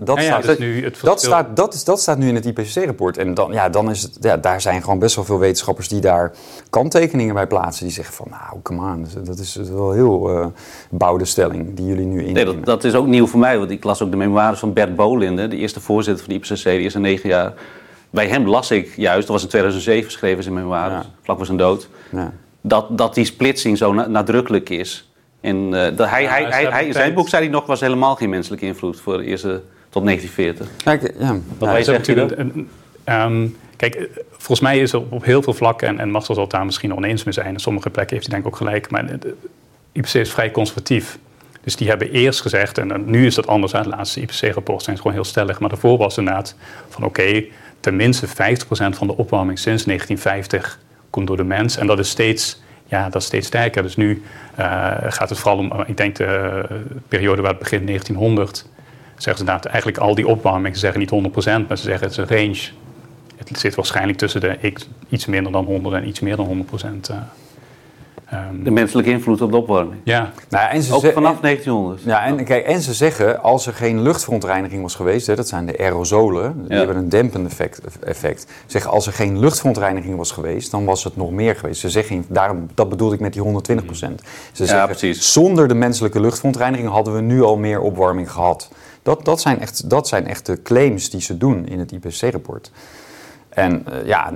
nu in het IPCC-rapport. En dan is het, daar zijn gewoon best wel veel wetenschappers die daar kanttekeningen bij plaatsen. Die zeggen van, nou, come on, dat is wel heel bouwde stelling die jullie nu innemen. Nee, dat is ook nieuw voor mij, want ik las ook de memoires van Bert Bolinde, de eerste voorzitter van de IPCC, de eerste 9 jaar. Bij hem las ik juist, dat was in 2007 geschreven zijn memoires, vlak voor zijn dood, dat die splitsing zo nadrukkelijk is. En zijn boek, zei hij nog, was helemaal geen menselijke invloed voor de eerste tot 1940. Wat wij zeggen, kijk, volgens mij is er op heel veel vlakken, en Marcel zal het daar misschien oneens mee zijn, en sommige plekken heeft hij denk ik ook gelijk, maar de IPCC is vrij conservatief. Dus die hebben eerst gezegd, en nu is dat anders, het laatste IPCC-rapport zijn ze gewoon heel stellig, maar daarvoor was inderdaad van tenminste 50% van de opwarming sinds 1950 komt door de mens. En dat is steeds sterker. Dus nu gaat het vooral om, ik denk de periode waar het begint, 1900, zeggen ze inderdaad eigenlijk al die opwarming, ze zeggen niet 100%, maar ze zeggen het is een range. Het zit waarschijnlijk tussen de iets minder dan 100 en iets meer dan 100%. De menselijke invloed op de opwarming. Ja. Nou, en ook vanaf 1900. Ja, en ze zeggen, als er geen luchtverontreiniging was geweest, dat zijn de aerosolen, die hebben een dempend effect. Zeggen, als er geen luchtverontreiniging was geweest, dan was het nog meer geweest. Ze zeggen, dat bedoelde ik met die 120%. Ze zeggen, precies. Zonder de menselijke luchtverontreiniging hadden we nu al meer opwarming gehad. Dat zijn echt de claims die ze doen in het IPCC-rapport. En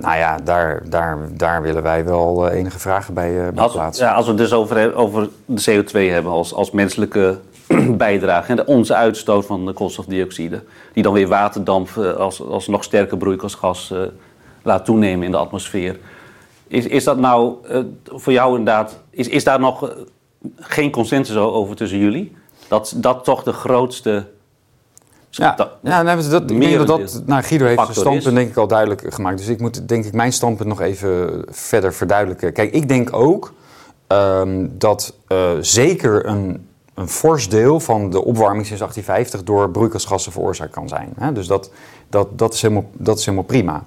daar willen wij wel enige vragen bij plaatsen. Als we het dus over de CO2 hebben als menselijke bijdrage. En onze uitstoot van de koolstofdioxide. Die dan weer waterdamp als nog sterker broeikasgas laat toenemen in de atmosfeer. Is dat nou voor jou inderdaad... Is daar nog geen consensus over tussen jullie? Dat toch de grootste... Guido heeft zijn standpunt denk ik al duidelijk gemaakt. Dus ik moet denk ik mijn standpunt nog even verder verduidelijken. Kijk, ik denk ook dat zeker een fors deel van de opwarming sinds 1850 door broeikasgassen veroorzaakt kan zijn. Hè? Dus dat is helemaal prima.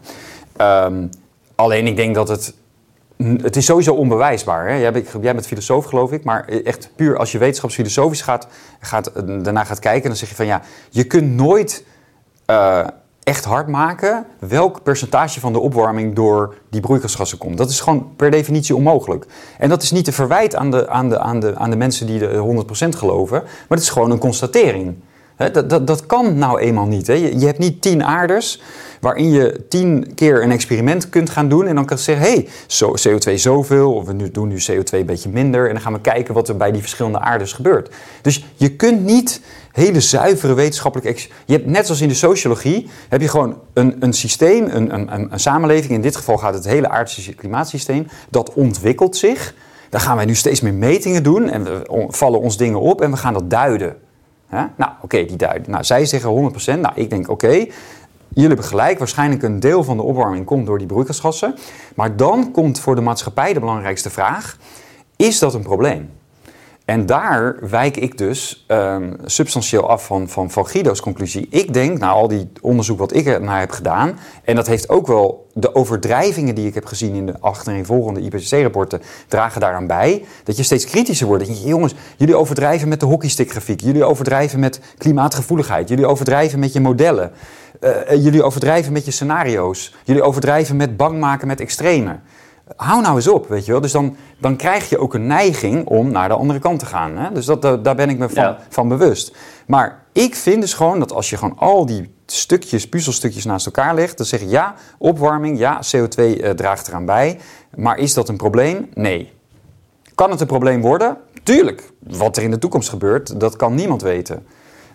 Alleen ik denk dat het is sowieso onbewijsbaar. Hè? Jij bent filosoof, geloof ik. Maar echt puur als je wetenschapsfilosofisch daarna gaat kijken... dan zeg je van je kunt nooit echt hard maken... welk percentage van de opwarming door die broeikasgassen komt. Dat is gewoon per definitie onmogelijk. En dat is niet te verwijt aan de mensen die de 100% geloven... maar het is gewoon een constatering. Dat kan nou eenmaal niet. Hè? Je hebt niet 10 aarders... waarin je 10 keer een experiment kunt gaan doen... en dan kan je zeggen, CO2 zoveel... of we doen nu CO2 een beetje minder... en dan gaan we kijken wat er bij die verschillende aarders gebeurt. Dus je kunt niet hele zuivere wetenschappelijke... Je hebt, net zoals in de sociologie... heb je gewoon een systeem, een samenleving... in dit geval gaat het hele aardse klimaatsysteem... dat ontwikkelt zich. Daar gaan wij nu steeds meer metingen doen... en we vallen ons dingen op en we gaan dat duiden. Die duiden. Nou, zij zeggen 100%. Nou, ik denk jullie hebben gelijk, waarschijnlijk een deel van de opwarming komt door die broeikasgassen. Maar dan komt voor de maatschappij de belangrijkste vraag, is dat een probleem? En daar wijk ik dus substantieel af van Guido's conclusie. Ik denk, na al die onderzoek wat ik ernaar heb gedaan... en dat heeft ook wel de overdrijvingen die ik heb gezien... in de achtereenvolgende IPCC-rapporten dragen daaraan bij... dat je steeds kritischer wordt. Dat je, jongens, jullie overdrijven met de hockeystickgrafiek... jullie overdrijven met klimaatgevoeligheid... jullie overdrijven met je modellen... jullie overdrijven met je scenario's... jullie overdrijven met bang maken met extreme... Hou nou eens op, weet je wel. Dus dan krijg je ook een neiging om naar de andere kant te gaan. Hè? Dus daar ben ik me van bewust. Maar ik vind dus gewoon dat als je gewoon al die puzzelstukjes naast elkaar legt... dan zeg je opwarming, CO2 draagt eraan bij. Maar is dat een probleem? Nee. Kan het een probleem worden? Tuurlijk. Wat er in de toekomst gebeurt, dat kan niemand weten.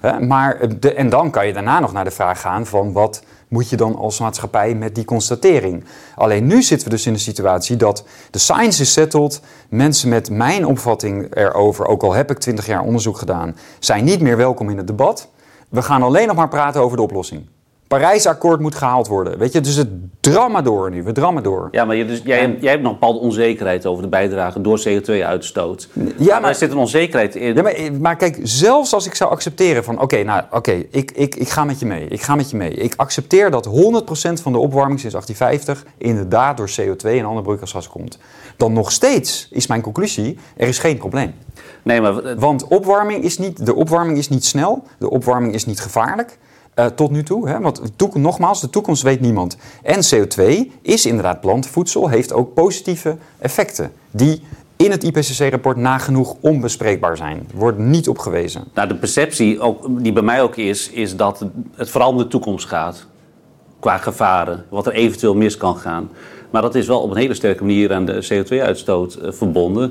En dan kan je daarna nog naar de vraag gaan van wat... moet je dan als maatschappij met die constatering? Alleen nu zitten we dus in de situatie dat de science is settled. Mensen met mijn opvatting erover, ook al heb ik 20 jaar onderzoek gedaan... zijn niet meer welkom in het debat. We gaan alleen nog maar praten over de oplossing. Parijsakkoord moet gehaald worden. Weet je, dus het drama door nu. We drammen door. Ja, maar jij hebt nog een bepaalde onzekerheid over de bijdrage door CO2-uitstoot. Ja, maar er zit een onzekerheid in. Ja, maar kijk, zelfs als ik zou accepteren van... Ik ga met je mee. Ik accepteer dat 100% van de opwarming sinds 1850... inderdaad door CO2 en andere broeikasgassen komt. Dan nog steeds is mijn conclusie, er is geen probleem. Nee, maar... Want de opwarming is niet snel. De opwarming is niet gevaarlijk. Tot nu toe. Hè? Want nogmaals, de toekomst weet niemand. En CO2 is inderdaad plantenvoedsel, heeft ook positieve effecten. Die in het IPCC-rapport nagenoeg onbespreekbaar zijn. Wordt niet op gewezen. Nou, de perceptie die bij mij ook is dat het vooral om de toekomst gaat. Qua gevaren, wat er eventueel mis kan gaan. Maar dat is wel op een hele sterke manier aan de CO2-uitstoot verbonden.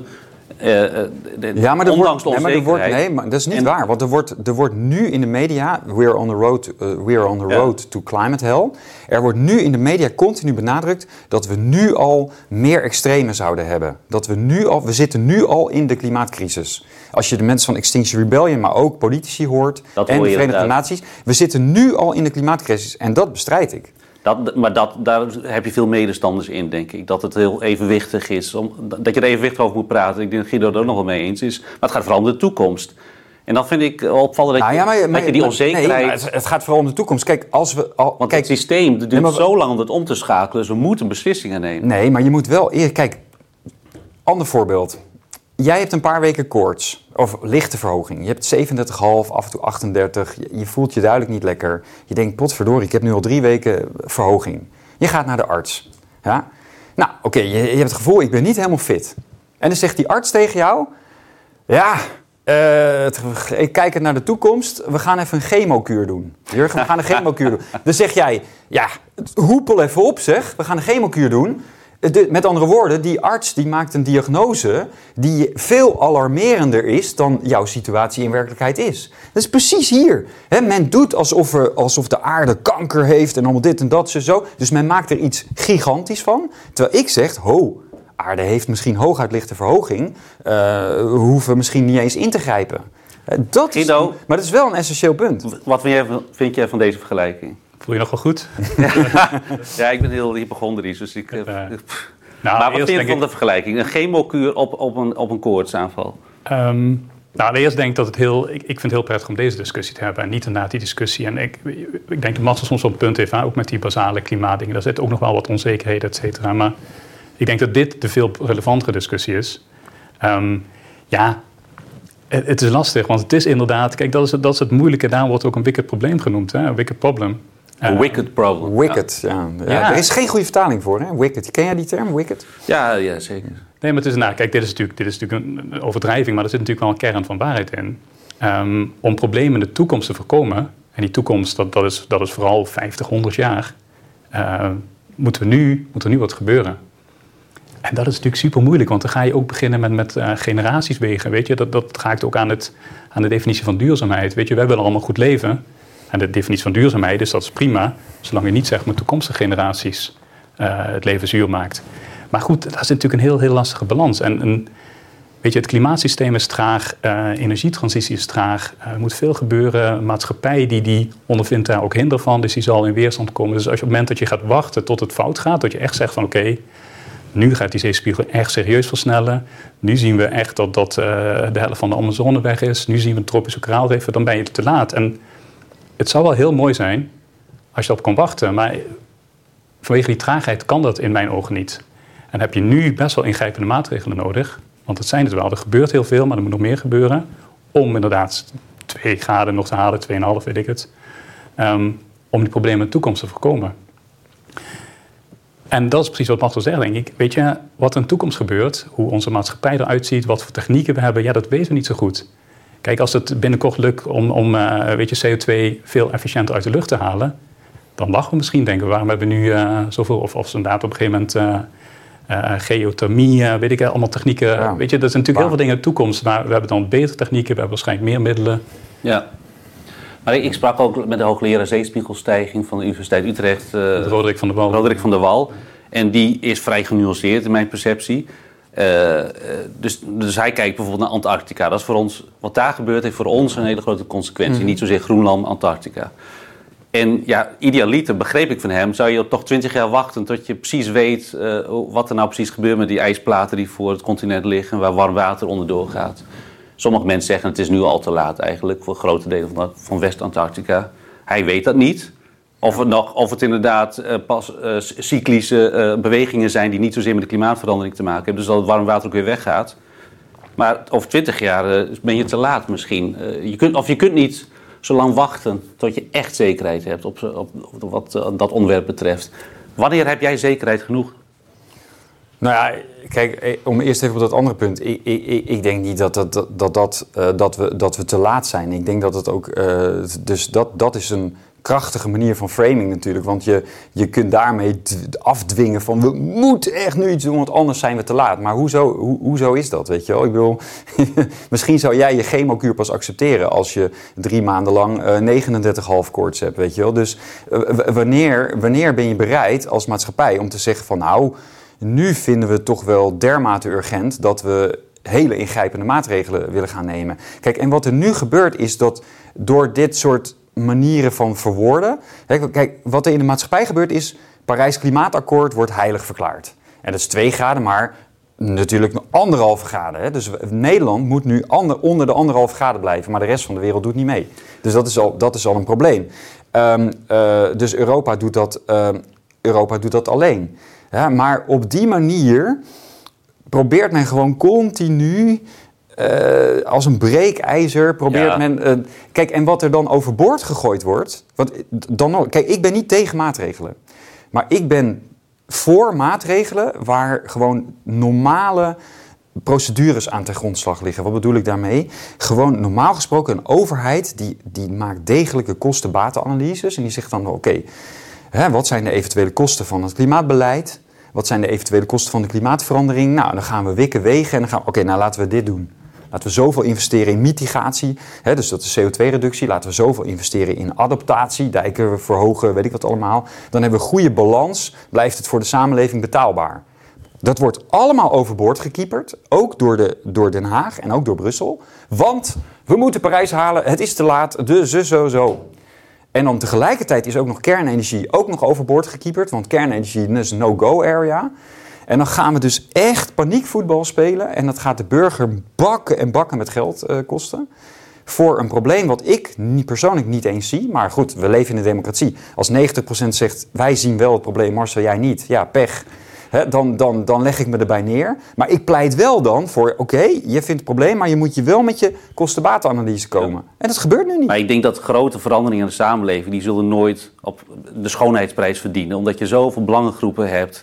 Ondanks de onzekerheid. Maar dat is niet waar. Want er wordt nu in de media... We are on the road to climate hell. Er wordt nu in de media continu benadrukt... dat we nu al meer extreme zouden hebben. We zitten nu al in de klimaatcrisis. Als je de mensen van Extinction Rebellion... maar ook politici hoort... en de Verenigde Naties... we zitten nu al in de klimaatcrisis. En dat bestrijd ik. Daar heb je veel medestanders in, denk ik. Dat het heel evenwichtig is. Dat je er evenwichtig over moet praten. Ik denk dat Guido er ook nog wel mee eens is. Maar het gaat vooral om de toekomst. En dat vind ik opvallend dat je die onzekerheid... Nee, het gaat vooral om de toekomst. Kijk, Want het systeem duurt zo lang om het om te schakelen. Dus we moeten beslissingen nemen. Nee, maar je moet wel... Kijk, ander voorbeeld. Jij hebt een paar weken koorts, of lichte verhoging. Je hebt 37,5, af en toe 38. Je voelt je duidelijk niet lekker. Je denkt, potverdorie, ik heb nu al 3 weken verhoging. Je gaat naar de arts. Ja? Nou, oké, je hebt het gevoel, ik ben niet helemaal fit. En dan zegt die arts tegen jou... Ja, ik kijk naar de toekomst. We gaan even een chemokuur doen. Jurgen, we gaan een chemokuur doen. Dan zeg jij, ja, hoepel even op zeg. We gaan een chemokuur doen. Met andere woorden, die arts die maakt een diagnose die veel alarmerender is dan jouw situatie in werkelijkheid is. Dat is precies hier. Men doet alsof de aarde kanker heeft en allemaal dit en dat zo. Dus men maakt er iets gigantisch van. Terwijl ik zeg, aarde heeft misschien hooguit lichte verhoging. We hoeven misschien niet eens in te grijpen. Guido, maar dat is wel een essentieel punt. Wat vind jij van deze vergelijking? Voel je nog wel goed? Ja, ik ben heel hypochondrisch, dus ik... maar wat vind je van de vergelijking? Een chemokuur op een koortsaanval? Eerst denk ik dat ik vind het heel prettig om deze discussie te hebben en niet inderdaad die discussie. En ik denk dat Mats soms wel een punt heeft, ook met die basale klimaatdingen. Daar zit ook nog wel wat onzekerheden, et cetera. Maar ik denk dat dit de veel relevantere discussie is. Het is lastig, want het is inderdaad... Kijk, dat is het moeilijke. Daar wordt ook een wicked probleem genoemd. Een wicked problem. Wicked problem. Wicked, ja. Er is geen goede vertaling voor, hè? Wicked. Ken jij die term, wicked? Ja, zeker. Nee, maar het is... kijk, dit is natuurlijk een overdrijving, maar er zit natuurlijk wel een kern van waarheid in. Om problemen in de toekomst te voorkomen... En die toekomst, dat is vooral 50, 100 jaar... moet er nu wat gebeuren. En dat is natuurlijk super moeilijk, want dan ga je ook beginnen met generaties wegen. Weet je? Dat raakt ook aan de definitie van duurzaamheid. Weet je, wij willen allemaal goed leven. En de definitie van duurzaamheid is dat is prima, zolang je niet zegt met toekomstige generaties het leven zuur maakt. Maar goed, dat is natuurlijk een heel, heel lastige balans. En weet je, het klimaatsysteem is traag, energietransitie is traag. Er moet veel gebeuren. Een maatschappij die ondervindt daar ook hinder van, dus die zal in weerstand komen. Dus als je op het moment dat je gaat wachten tot het fout gaat, dat je echt zegt van oké, nu gaat die zeespiegel echt serieus versnellen. Nu zien we echt dat de helft van de Amazone weg is. Nu zien we een tropische koraalriffen. Dan ben je te laat. En het zou wel heel mooi zijn als je erop kan wachten. Maar vanwege die traagheid kan dat in mijn ogen niet. En heb je nu best wel ingrijpende maatregelen nodig. Want het zijn het wel. Er gebeurt heel veel, maar er moet nog meer gebeuren. Om inderdaad 2 graden nog te halen, 2,5 weet ik het. Om die problemen in de toekomst te voorkomen. En dat is precies wat Martel zegt, denk ik. Weet je, wat er in de toekomst gebeurt, hoe onze maatschappij eruit ziet, wat voor technieken we hebben, dat weten we niet zo goed. Kijk, als het binnenkort lukt om CO2 veel efficiënter uit de lucht te halen, dan lachen we misschien, denken we, waarom hebben we nu zoveel, of inderdaad op een gegeven moment geothermie, weet ik, allemaal technieken. Ja. Weet je, dat zijn natuurlijk heel veel dingen in de toekomst, maar we hebben dan betere technieken, we hebben waarschijnlijk meer middelen. Ja. Maar ik sprak ook met de hoogleraar zeespiegelstijging van de Universiteit Utrecht. Roderick van der Wal. En die is vrij genuanceerd in mijn perceptie. Dus hij kijkt bijvoorbeeld naar Antarctica. Dat is voor ons, wat daar gebeurt, heeft voor ons een hele grote consequentie. Niet zozeer Groenland, Antarctica. En ja, idealiter, begreep ik van hem, zou je toch 20 jaar wachten tot je precies weet wat er nou precies gebeurt met die ijsplaten die voor het continent liggen, waar warm water onderdoor gaat. Sommige mensen zeggen het is nu al te laat eigenlijk voor grote delen van West-Antarctica. Hij weet dat niet. Of het inderdaad pas cyclische bewegingen zijn die niet zozeer met de klimaatverandering te maken hebben. Dus dat het warm water ook weer weggaat. Maar over 20 jaar ben je te laat misschien. Je kunt niet zo lang wachten tot je echt zekerheid hebt op wat dat onderwerp betreft. Wanneer heb jij zekerheid genoeg? Nou ja, kijk, om eerst even op dat andere punt. Ik denk niet dat we te laat zijn. Ik denk dat het ook... dus dat is een krachtige manier van framing natuurlijk. Want je kunt daarmee afdwingen van... we moeten echt nu iets doen, want anders zijn we te laat. Maar hoezo is dat, weet je wel? Ik bedoel, misschien zou jij je chemokuur pas accepteren... als je 3 maanden lang 39,5 koorts hebt, weet je wel? Dus wanneer ben je bereid als maatschappij om te zeggen van... nou, nu vinden we het toch wel dermate urgent... dat we hele ingrijpende maatregelen willen gaan nemen. Kijk, en wat er nu gebeurt is dat door dit soort... manieren van verwoorden. Kijk, wat er in de maatschappij gebeurt is... Parijs Klimaatakkoord wordt heilig verklaard. En dat is 2 graden, maar natuurlijk 1,5 graden. Hè? Dus Nederland moet nu onder de 1,5 graden blijven... maar de rest van de wereld doet niet mee. Dus dat is al een probleem. Dus Europa doet dat alleen. Ja, maar op die manier probeert men gewoon continu... als een breekijzer probeert men... kijk, en wat er dan overboord gegooid wordt... Kijk, ik ben niet tegen maatregelen. Maar ik ben voor maatregelen... waar gewoon normale procedures aan ten grondslag liggen. Wat bedoel ik daarmee? Gewoon normaal gesproken een overheid... die maakt degelijke kosten-batenanalyses... en die zegt dan, oké, wat zijn de eventuele kosten van het klimaatbeleid... Wat zijn de eventuele kosten van de klimaatverandering? Nou, dan gaan we wikken, wegen en dan gaan we... Oké, nou laten we dit doen. Laten we zoveel investeren in mitigatie, dus dat is CO2-reductie. Laten we zoveel investeren in adaptatie, dijken verhogen, weet ik wat allemaal. Dan hebben we een goede balans, blijft het voor de samenleving betaalbaar. Dat wordt allemaal overboord gekieperd, ook door Den Haag en ook door Brussel. Want we moeten Parijs halen, het is te laat, dus zo. En dan tegelijkertijd is ook nog kernenergie ook nog overboord gekieperd. Want kernenergie is een no-go area. En dan gaan we dus echt paniekvoetbal spelen. En dat gaat de burger bakken en bakken met geld kosten. Voor een probleem wat ik persoonlijk niet eens zie. Maar goed, we leven in een democratie. Als 90% zegt, wij zien wel het probleem, Marcel, jij niet. Ja, pech. Dan leg ik me erbij neer. Maar ik pleit wel dan voor, oké, je vindt het probleem... maar je moet je wel met je kosten-batenanalyse komen. Ja. En dat gebeurt nu niet. Maar ik denk dat grote veranderingen in de samenleving... die zullen nooit op de schoonheidsprijs verdienen. Omdat je zoveel belangengroepen hebt...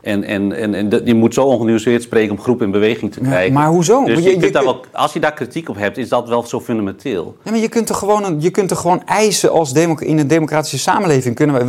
En je moet zo ongenuanceerd spreken om groepen in beweging te krijgen. Ja, maar hoezo? Dus als je daar kritiek op hebt, is dat wel zo fundamenteel. Ja, maar je kunt er gewoon eisen als in een democratische samenleving. We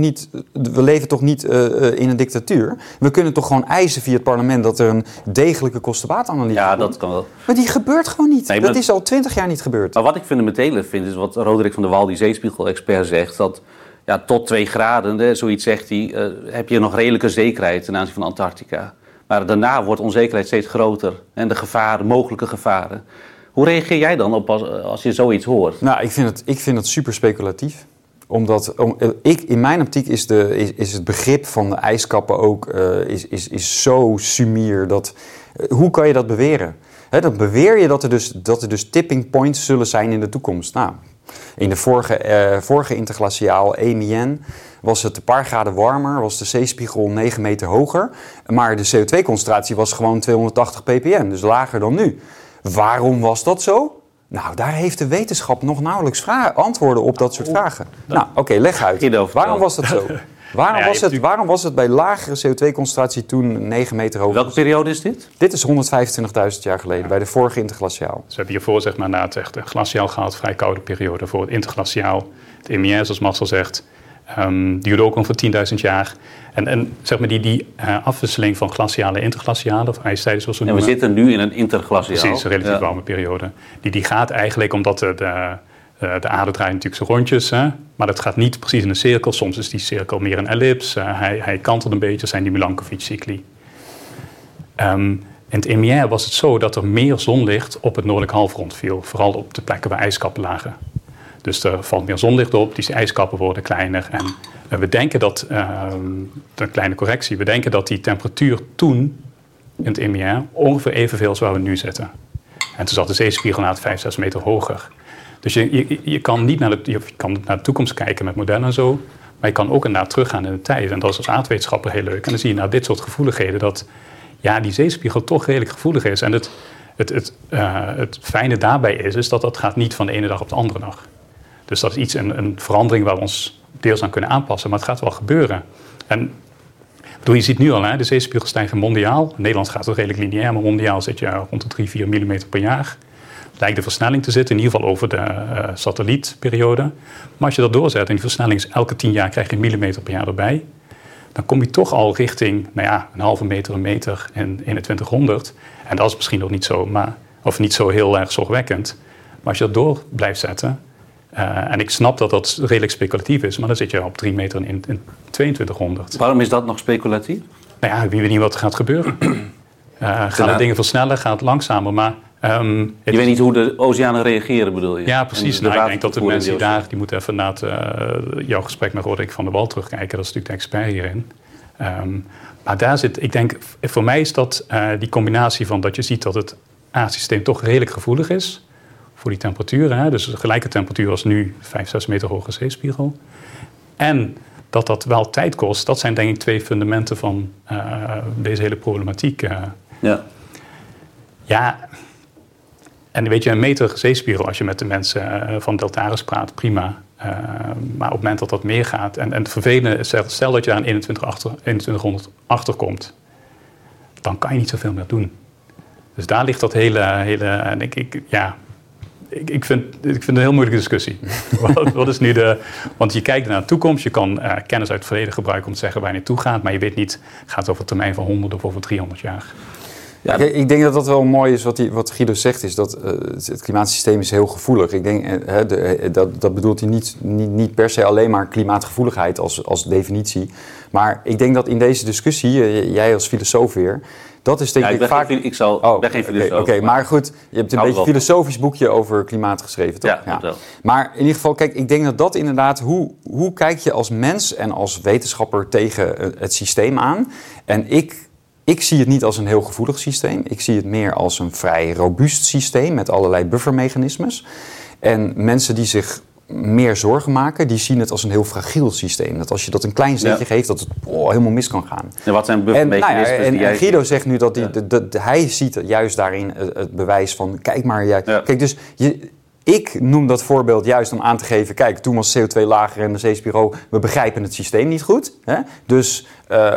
leven toch niet in een dictatuur. We kunnen toch gewoon eisen via het parlement dat er een degelijke kosten-batenanalyse komt. Ja, dat kan wel. Maar die gebeurt gewoon niet. Nee, dat is al 20 jaar niet gebeurd. Maar wat ik fundamenteler vind, is wat Roderick van der Wal, die zeespiegel-expert, zegt... dat ja, tot 2 graden, zoiets zegt hij, heb je nog redelijke zekerheid ten aanzien van Antarctica. Maar daarna wordt onzekerheid steeds groter. En de mogelijke gevaren. Hoe reageer jij dan op als je zoiets hoort? Nou, ik vind het super speculatief. Omdat in mijn optiek is het begrip van de ijskappen ook is zo sumier. Hoe kan je dat beweren? Dan beweer je dat er dus tipping points zullen zijn in de toekomst. Nou, in de vorige interglaciaal EMIN was het een paar graden warmer, was de zeespiegel 9 meter hoger. Maar de CO2-concentratie was gewoon 280 ppm, dus lager dan nu. Waarom was dat zo? Nou, daar heeft de wetenschap nog nauwelijks antwoorden op dat soort vragen. Nou, oké, leg uit. Waarom was dat zo? Waarom was het bij lagere CO2-concentratie toen 9 meter hoger? Welke periode is dit? Dit is 125.000 jaar geleden, bij de vorige interglaciaal. Dus we hebben hiervoor zeg maar na het echt een glaciaal gehad, vrij koude periode. Voor het interglaciaal, het EMIR, zoals Marcel zegt, duurde ook ongeveer 10.000 jaar. En zeg maar die afwisseling van glaciale en interglaciale, of ijstijden zoals we noemen. En we zitten nu in een interglaciaal. Precies, een relatief warme periode. Die gaat eigenlijk omdat de aarde draait natuurlijk zo rondjes, hè? Maar dat gaat niet precies in een cirkel. Soms is die cirkel meer een ellips. Hij kantelt een beetje, zijn die Milankovitch-cycli. In het EMIR was het zo dat er meer zonlicht op het noordelijk halfrond viel. Vooral op de plekken waar ijskappen lagen. Dus er valt meer zonlicht op, die ijskappen worden kleiner. En we denken dat, een kleine correctie, we denken dat die temperatuur toen in het EMR ongeveer evenveel is waar we nu zitten. En toen zat de zeespiegel na 5-6 meter hoger. Dus je kan niet naar de toekomst kijken met modellen en zo, maar je kan ook inderdaad teruggaan in de tijd. En dat is als aardwetenschapper heel leuk. En dan zie je dit soort gevoeligheden dat die zeespiegel toch redelijk gevoelig is. En het fijne daarbij is dat dat gaat niet van de ene dag op de andere dag. Dus dat is een verandering waar we ons deels aan kunnen aanpassen, maar het gaat wel gebeuren. En je ziet nu al, de zeespiegel stijgen mondiaal. In Nederland gaat het redelijk lineair, maar mondiaal zit je rond de 3-4 mm per jaar. Lijkt de versnelling te zitten, in ieder geval over de satellietperiode. Maar als je dat doorzet en die versnelling is elke 10 jaar krijg je 1 millimeter per jaar erbij, dan kom je toch al richting een halve meter, een meter in 2100. En dat is misschien nog niet zo, of niet zo heel erg zorgwekkend. Maar als je dat door blijft zetten, en ik snap dat dat redelijk speculatief is, maar dan zit je op 3 meter in 2200. Waarom is dat nog speculatief? Wie weet niet wat er gaat gebeuren. Gaan de dingen versnellen, gaat het langzamer, maar... je weet niet hoe de oceanen reageren, bedoel je? Ja, precies. Ik denk dat de mensen die moeten even na jouw gesprek met Roderick van der Wal terugkijken. Dat is natuurlijk de expert hierin. Maar daar zit, ik denk, voor mij is dat die combinatie van dat je ziet dat het aardsysteem toch redelijk gevoelig is voor die temperaturen. Dus gelijke temperatuur als nu, 5-6 meter hoge zeespiegel. En dat wel tijd kost, dat zijn denk ik 2 fundamenten van deze hele problematiek. En weet je, een meter zeespiegel, als je met de mensen van Deltaris praat, prima. Maar op het moment dat dat meer gaat, en het vervelende is, stel dat je daar aan 2100 achterkomt, dan kan je niet zoveel meer doen. Dus daar ligt dat hele en ik vind het een heel moeilijke discussie. Wat is nu want je kijkt naar de toekomst, je kan kennis uit het verleden gebruiken om te zeggen waar je naartoe gaat, maar je weet niet, gaat het over een termijn van 100 of over 300 jaar. Ja, ik denk dat dat wel mooi is wat Guido zegt, is dat het klimaatsysteem is heel gevoelig. Ik denk, dat bedoelt hij niet per se alleen maar klimaatgevoeligheid als definitie. Maar ik denk dat in deze discussie, jij als filosoof weer, dat is denk ik vaak... Ik ben geen filosoof. Oké, maar goed, je hebt een beetje een filosofisch boekje over klimaat geschreven, toch? Ja, wel. Maar in ieder geval, kijk, ik denk dat inderdaad, hoe kijk je als mens en als wetenschapper tegen het systeem aan? En ik zie het niet als een heel gevoelig systeem. Ik zie het meer als een vrij robuust systeem met allerlei buffermechanismes. En mensen die zich meer zorgen maken, die zien het als een heel fragiel systeem. Dat als je dat een klein zetje geeft, dat het helemaal mis kan gaan. En wat zijn buffermechanismes? En Guido zegt nu dat hij ziet juist daarin het bewijs van, kijk maar. Kijk, dus ik noem dat voorbeeld juist om aan te geven, kijk, toen was CO2 lager en de zeespiegel, we begrijpen het systeem niet goed. Hè? Dus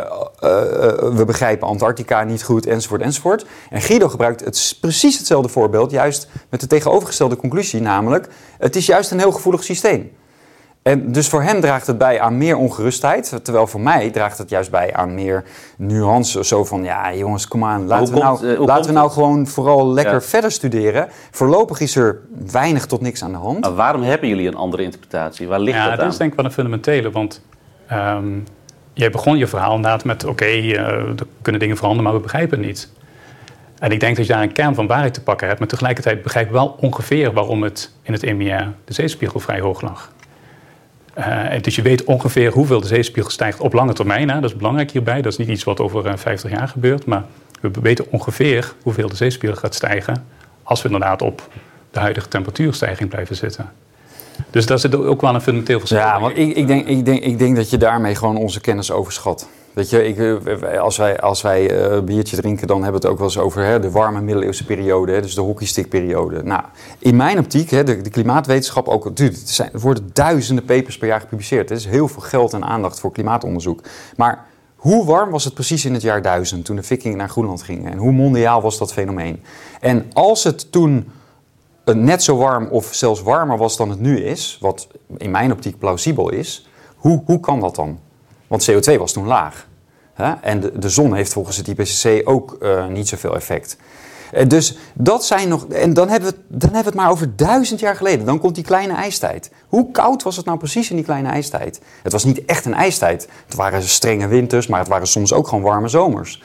we begrijpen Antarctica niet goed, enzovoort, enzovoort. En Guido gebruikt precies hetzelfde voorbeeld, juist met de tegenovergestelde conclusie, namelijk, het is juist een heel gevoelig systeem. En dus voor hem draagt het bij aan meer ongerustheid, terwijl voor mij draagt het juist bij aan meer nuance. Zo van, ja jongens, kom aan, laten we nou gewoon vooral lekker verder studeren. Voorlopig is er weinig tot niks aan de hand. Maar waarom hebben jullie een andere interpretatie? Waar ligt dat aan? Dat is denk ik wel een fundamentele, want jij begon je verhaal inderdaad met, er kunnen dingen veranderen, maar we begrijpen het niet. En ik denk dat je daar een kern van waarheid te pakken hebt, maar tegelijkertijd begrijp je wel ongeveer waarom het in het EMR de zeespiegel vrij hoog lag. Dus je weet ongeveer hoeveel de zeespiegel stijgt op lange termijn. Dat is belangrijk hierbij. Dat is niet iets wat over 50 jaar gebeurt. Maar we weten ongeveer hoeveel de zeespiegel gaat stijgen als we inderdaad op de huidige temperatuurstijging blijven zitten. Dus daar zit ook wel een fundamenteel verschil. Ja, want ik denk dat je daarmee gewoon onze kennis overschat. Weet je, als wij biertje drinken, dan hebben we het ook wel eens over de warme middeleeuwse periode, dus de hockeystickperiode. Nou, in mijn optiek, de klimaatwetenschap ook, er worden duizenden papers per jaar gepubliceerd. Er is heel veel geld en aandacht voor klimaatonderzoek. Maar hoe warm was het precies in het jaar 1000, toen de Vikingen naar Groenland gingen? En hoe mondiaal was dat fenomeen? En als het toen net zo warm of zelfs warmer was dan het nu is, wat in mijn optiek plausibel is, hoe kan dat dan? Want CO2 was toen laag. En de zon heeft volgens het IPCC ook niet zoveel effect. Dus dat zijn nog... En dan hebben we het maar over 1000 jaar geleden. Dan komt die kleine ijstijd. Hoe koud was het nou precies in die kleine ijstijd? Het was niet echt een ijstijd. Het waren strenge winters, maar het waren soms ook gewoon warme zomers.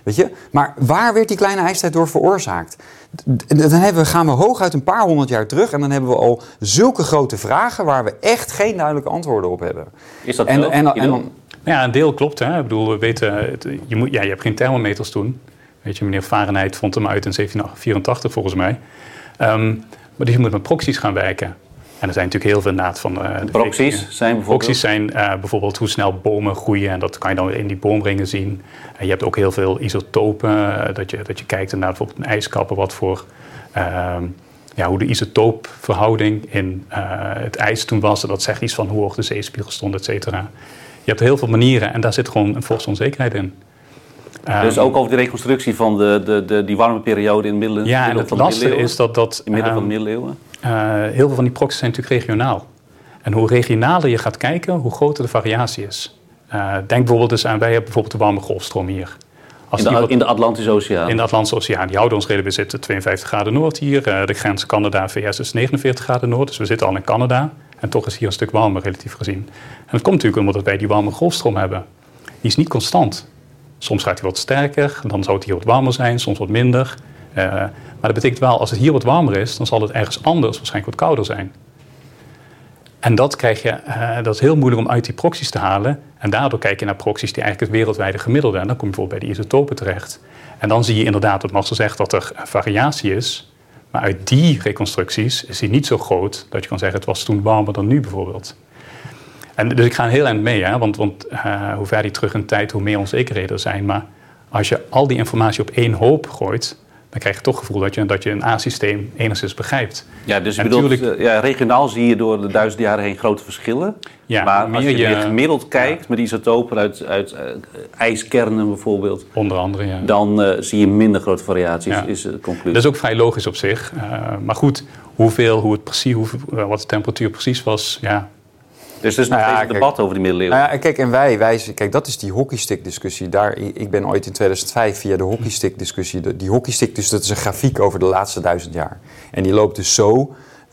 Weet je? Maar waar werd die kleine ijstijd door veroorzaakt? Dan gaan we hooguit een paar honderd jaar terug en dan hebben we al zulke grote vragen waar we echt geen duidelijke antwoorden op hebben. Is dat zo? Ja, een deel klopt. Hè? Ik bedoel, we weten, je hebt geen thermometers toen. Weet je, meneer Fahrenheit vond hem uit in 1784 volgens mij. Maar dus je moet met proxies gaan werken. En er zijn natuurlijk heel veel inderdaad van... de proxies zijn bijvoorbeeld? Proxies zijn bijvoorbeeld hoe snel bomen groeien. En dat kan je dan in die boomringen zien. En je hebt ook heel veel isotopen. Dat je kijkt naar bijvoorbeeld een ijskapper. Wat voor... hoe de isotoopverhouding in het ijs toen was. En dat zegt iets van hoe hoog de zeespiegel stond, et cetera. Je hebt heel veel manieren. En daar zit gewoon een forse onzekerheid in. Dus ook over de reconstructie van die warme periode in het midden ja, en het lastige is dat in midden van de middeleeuwen? Heel veel van die proxies zijn natuurlijk regionaal. En hoe regionaler je gaat kijken, hoe groter de variatie is. Denk bijvoorbeeld eens aan, wij hebben bijvoorbeeld de warme golfstroom hier. In de Atlantische Oceaan? In de Atlantische Oceaan. Die houden ons redelijk, we zitten 52 graden noord hier. De grens Canada-VS is 49 graden noord, dus we zitten al in Canada. En toch is hier een stuk warmer relatief gezien. En dat komt natuurlijk omdat wij die warme golfstroom hebben. Die is niet constant. Soms gaat hij wat sterker, dan zou het hier wat warmer zijn, soms wat minder. Maar dat betekent wel, als het hier wat warmer is, dan zal het ergens anders waarschijnlijk wat kouder zijn. En dat is heel moeilijk om uit die proxies te halen. En daardoor kijk je naar proxies die eigenlijk het wereldwijde gemiddelde. En dan kom je bijvoorbeeld bij de isotopen terecht. En dan zie je inderdaad, wat Marcel zegt, dat er variatie is. Maar uit die reconstructies is die niet zo groot dat je kan zeggen, het was toen warmer dan nu bijvoorbeeld. En dus ik ga een heel eind mee, hè? Want hoe verder je terug in tijd, hoe meer onzekerheden er zijn. Maar als je al die informatie op één hoop gooit, dan krijg je toch het gevoel dat je een A-systeem enigszins begrijpt. Ja, dus je bedoelt, regionaal zie je door de 1000 jaren heen grote verschillen. Ja, maar als je weer gemiddeld kijkt met isotopen uit ijskernen bijvoorbeeld, onder andere, ja. Dan zie je minder grote variaties, is de conclusie. Dat is ook vrij logisch op zich. Maar goed, wat de temperatuur precies was, ja. Dus er is nog steeds een debat over die middeleeuwen. Kijk, en kijk, dat is die hockeystick-discussie. Ik ben ooit in 2005 via de hockeystick-discussie... Die hockeystick, dus dat is een grafiek over de laatste 1000 jaar. En die loopt dus zo.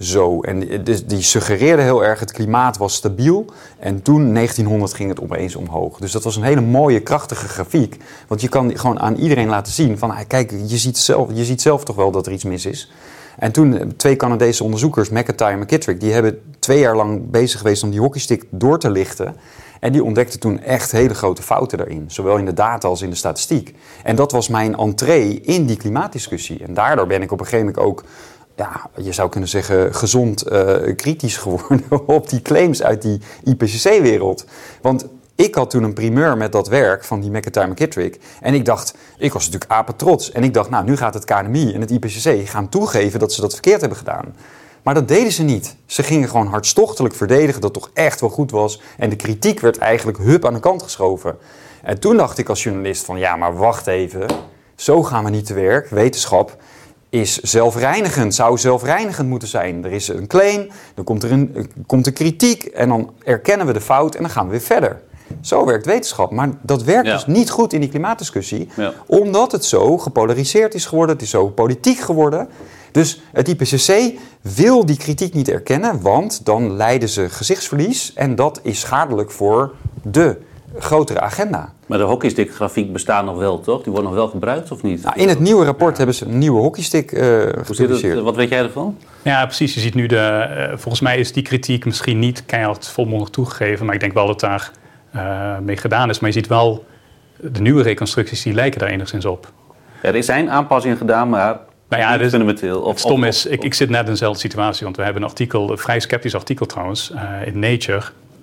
En die suggereerde heel erg, het klimaat was stabiel. En toen, 1900, ging het opeens omhoog. Dus dat was een hele mooie, krachtige grafiek. Want je kan gewoon aan iedereen laten zien van... Kijk, je ziet zelf toch wel dat er iets mis is. En toen 2 Canadese onderzoekers, McIntyre en McKittrick... die hebben 2 jaar lang bezig geweest om die hockeystick door te lichten. En die ontdekten toen echt hele grote fouten daarin. Zowel in de data als in de statistiek. En dat was mijn entree in die klimaatdiscussie. En daardoor ben ik op een gegeven moment ook... Ja, je zou kunnen zeggen gezond kritisch geworden op die claims uit die IPCC-wereld. Want... Ik had toen een primeur met dat werk van die McIntyre McKittrick. En ik was natuurlijk apetrots. En ik dacht, nou, nu gaat het KNMI en het IPCC gaan toegeven dat ze dat verkeerd hebben gedaan. Maar dat deden ze niet. Ze gingen gewoon hartstochtelijk verdedigen dat het toch echt wel goed was. En de kritiek werd eigenlijk aan de kant geschoven. En toen dacht ik als journalist van, ja, maar wacht even. Zo gaan we niet te werk. Wetenschap is zelfreinigend, zou zelfreinigend moeten zijn. Er is een claim, dan komt er kritiek en dan erkennen we de fout en dan gaan we weer verder. Zo werkt wetenschap, maar dat werkt dus niet goed in die klimaatdiscussie, omdat het zo gepolariseerd is geworden, het is zo politiek geworden. Dus het IPCC wil die kritiek niet erkennen, want dan lijden ze gezichtsverlies en dat is schadelijk voor de grotere agenda. Maar de hockeystick-grafiek bestaat nog wel, toch? Die wordt nog wel gebruikt, of niet? Nou, in het nieuwe rapport hebben ze een nieuwe hockeystick gepubliceerd. Wat weet jij ervan? Ja, precies. Je ziet nu volgens mij is die kritiek misschien niet keihard volmondig toegegeven, maar ik denk wel dat daar mee gedaan is. Maar je ziet wel, de nieuwe reconstructies die lijken daar enigszins op. Ja, er zijn aanpassingen gedaan, maar niet fundamenteel. Het stom is, ik zit net in dezelfde situatie, want we hebben een vrij sceptisch artikel trouwens, in Nature.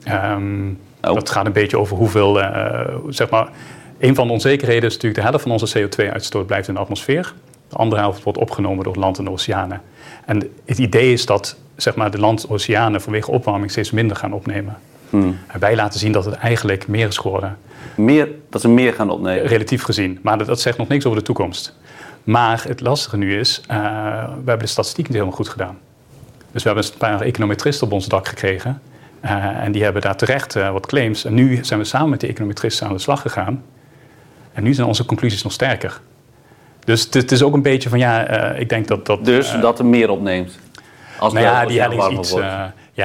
Dat gaat een beetje over hoeveel, een van de onzekerheden is natuurlijk de helft van onze CO2-uitstoot blijft in de atmosfeer. De andere helft wordt opgenomen door het land en de oceanen. En het idee is dat de land en oceanen vanwege opwarming steeds minder gaan opnemen. En wij laten zien dat het eigenlijk meer is geworden. Dat ze meer gaan opnemen? Relatief gezien. Maar dat zegt nog niks over de toekomst. Maar het lastige nu is, we hebben de statistiek niet helemaal goed gedaan. Dus we hebben een paar econometristen op ons dak gekregen. En die hebben daar terecht wat claims. En nu zijn we samen met de econometristen aan de slag gegaan. En nu zijn onze conclusies nog sterker. Dus het is ook een beetje van ik denk dat... Dus dat er meer opneemt? Als die helling is iets...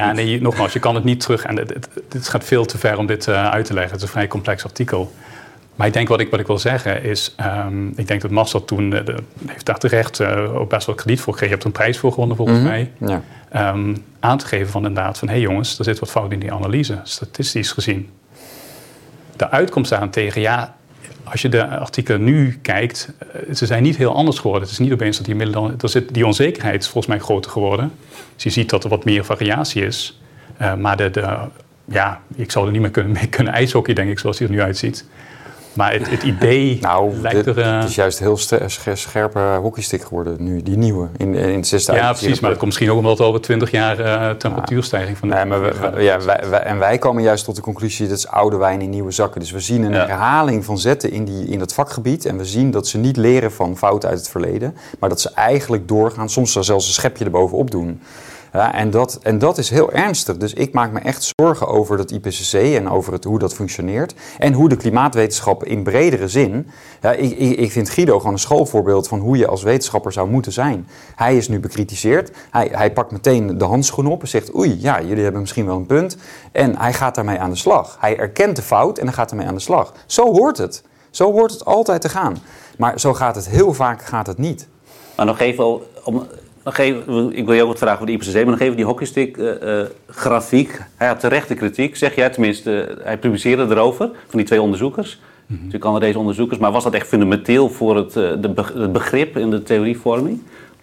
nogmaals, je kan het niet terug... En het gaat veel te ver om dit uit te leggen. Het is een vrij complex artikel. Maar ik denk wat ik wil zeggen is, ik denk dat Marcel toen heeft daar terecht ook best wel krediet voor gekregen. Je hebt een prijs voor gewonnen volgens mij. Ja. Aan te geven van inderdaad van, jongens, er zit wat fout in die analyse, statistisch gezien. De uitkomst daarentegen, ja, als je de artikelen nu kijkt, ze zijn niet heel anders geworden. Het is niet opeens dat die onzekerheid is volgens mij groter geworden. Dus je ziet dat er wat meer variatie is. Maar ik zou er niet meer mee kunnen ijshockey, denk ik, zoals hij er nu uitziet. Maar het idee lijkt er... Het is juist heel scherpe hockeystick geworden nu, die nieuwe, in het 6e. Ja, precies, maar dat komt misschien ook omdat over 20 jaar temperatuurstijging van de... wij komen juist tot de conclusie, dat is oude wijn in nieuwe zakken. Dus we zien een herhaling van zetten in dat vakgebied. En we zien dat ze niet leren van fouten uit het verleden. Maar dat ze eigenlijk doorgaan, soms zelfs een schepje erbovenop doen. Ja, en dat is heel ernstig. Dus ik maak me echt zorgen over dat IPCC en over hoe dat functioneert. En hoe de klimaatwetenschap in bredere zin... Ja, ik vind Guido gewoon een schoolvoorbeeld van hoe je als wetenschapper zou moeten zijn. Hij is nu bekritiseerd. Hij pakt meteen de handschoen op en zegt... oei, ja, jullie hebben misschien wel een punt. En hij gaat daarmee aan de slag. Hij erkent de fout en hij gaat ermee aan de slag. Zo hoort het. Zo hoort het altijd te gaan. Maar zo gaat het heel vaak niet. Maar nog even... ik wil je ook wat vragen over de IPCC, maar nog even die hockeystick grafiek. Hij had terecht de kritiek, zeg jij tenminste. Hij publiceerde erover, van die 2 onderzoekers. Natuurlijk andere deze onderzoekers. Maar was dat echt fundamenteel voor het begrip en de theorievorming?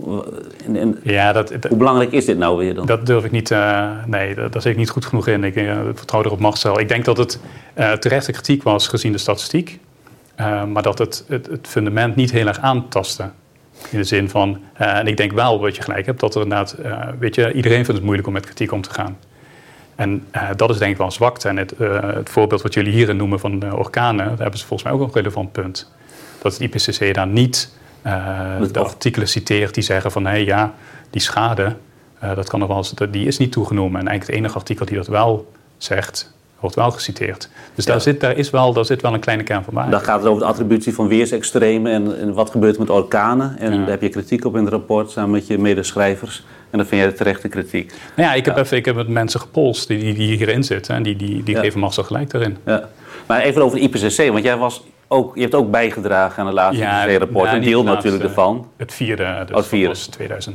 Hoe belangrijk is dit nou weer dan? Dat durf ik niet. Daar zit ik niet goed genoeg in. Ik vertrouw erop Marcel. Ik denk dat het terechte kritiek was gezien de statistiek. Maar dat het fundament niet heel erg aantastte. In de zin van, en ik denk wel wat je gelijk hebt, dat er inderdaad, iedereen vindt het moeilijk om met kritiek om te gaan. En dat is denk ik wel een zwakte. En het voorbeeld wat jullie hierin noemen van de orkanen, daar hebben ze volgens mij ook een relevant punt. Dat het IPCC daar niet de artikelen citeert die zeggen van, die schade, dat kan nog wel eens, die is niet toegenomen. En eigenlijk het enige artikel die dat wel zegt, wordt wel geciteerd. Dus daar zit wel een kleine kern van waarheid. Dan gaat het over de attributie van weersextremen en wat gebeurt er met orkanen. En daar heb je kritiek op in het rapport samen met je medeschrijvers. En dan vind jij de terechte kritiek. Ik heb met mensen gepolst die hierin zitten en die geven Marcel gelijk daarin. Ja. Maar even over de IPCC, want je hebt ook bijgedragen aan het laatste IPCC-rapport. Een deel natuurlijk ervan. Het 4e, dus dat was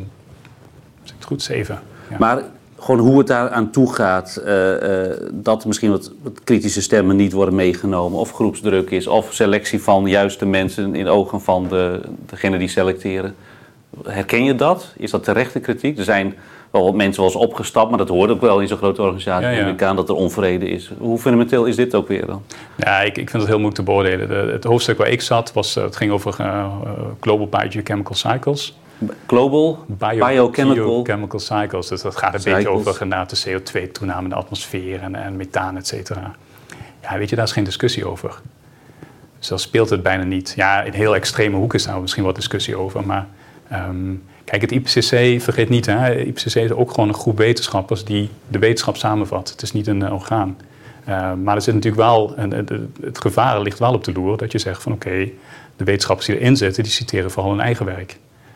2007. Ja. Maar gewoon hoe het daar aan toe gaat, dat misschien wat kritische stemmen niet worden meegenomen, of groepsdruk is, of selectie van juiste mensen in ogen van degene die selecteren. Herken je dat? Is dat terechte kritiek? Er zijn wel wat mensen wel eens opgestapt, maar dat hoort ook wel in zo'n grote organisatie dat er onvrede is. Hoe fundamenteel is dit ook weer dan? Ja, ik vind het heel moeilijk te beoordelen. Het hoofdstuk waar ik zat, het ging over Global Biochemical Cycles. Global Biochemical Cycles. Dus dat gaat een beetje over de CO2-toename in de atmosfeer en methaan, et cetera. Ja, daar is geen discussie over. Dus dan speelt het bijna niet. Ja, in heel extreme hoeken is daar misschien wat discussie over. Maar kijk, het IPCC, vergeet niet, het IPCC is ook gewoon een groep wetenschappers die de wetenschap samenvat. Het is niet een orgaan. Maar er zit natuurlijk wel, het gevaar ligt wel op de loer dat je zegt van oké, de wetenschappers die erin zitten, die citeren vooral hun eigen werk.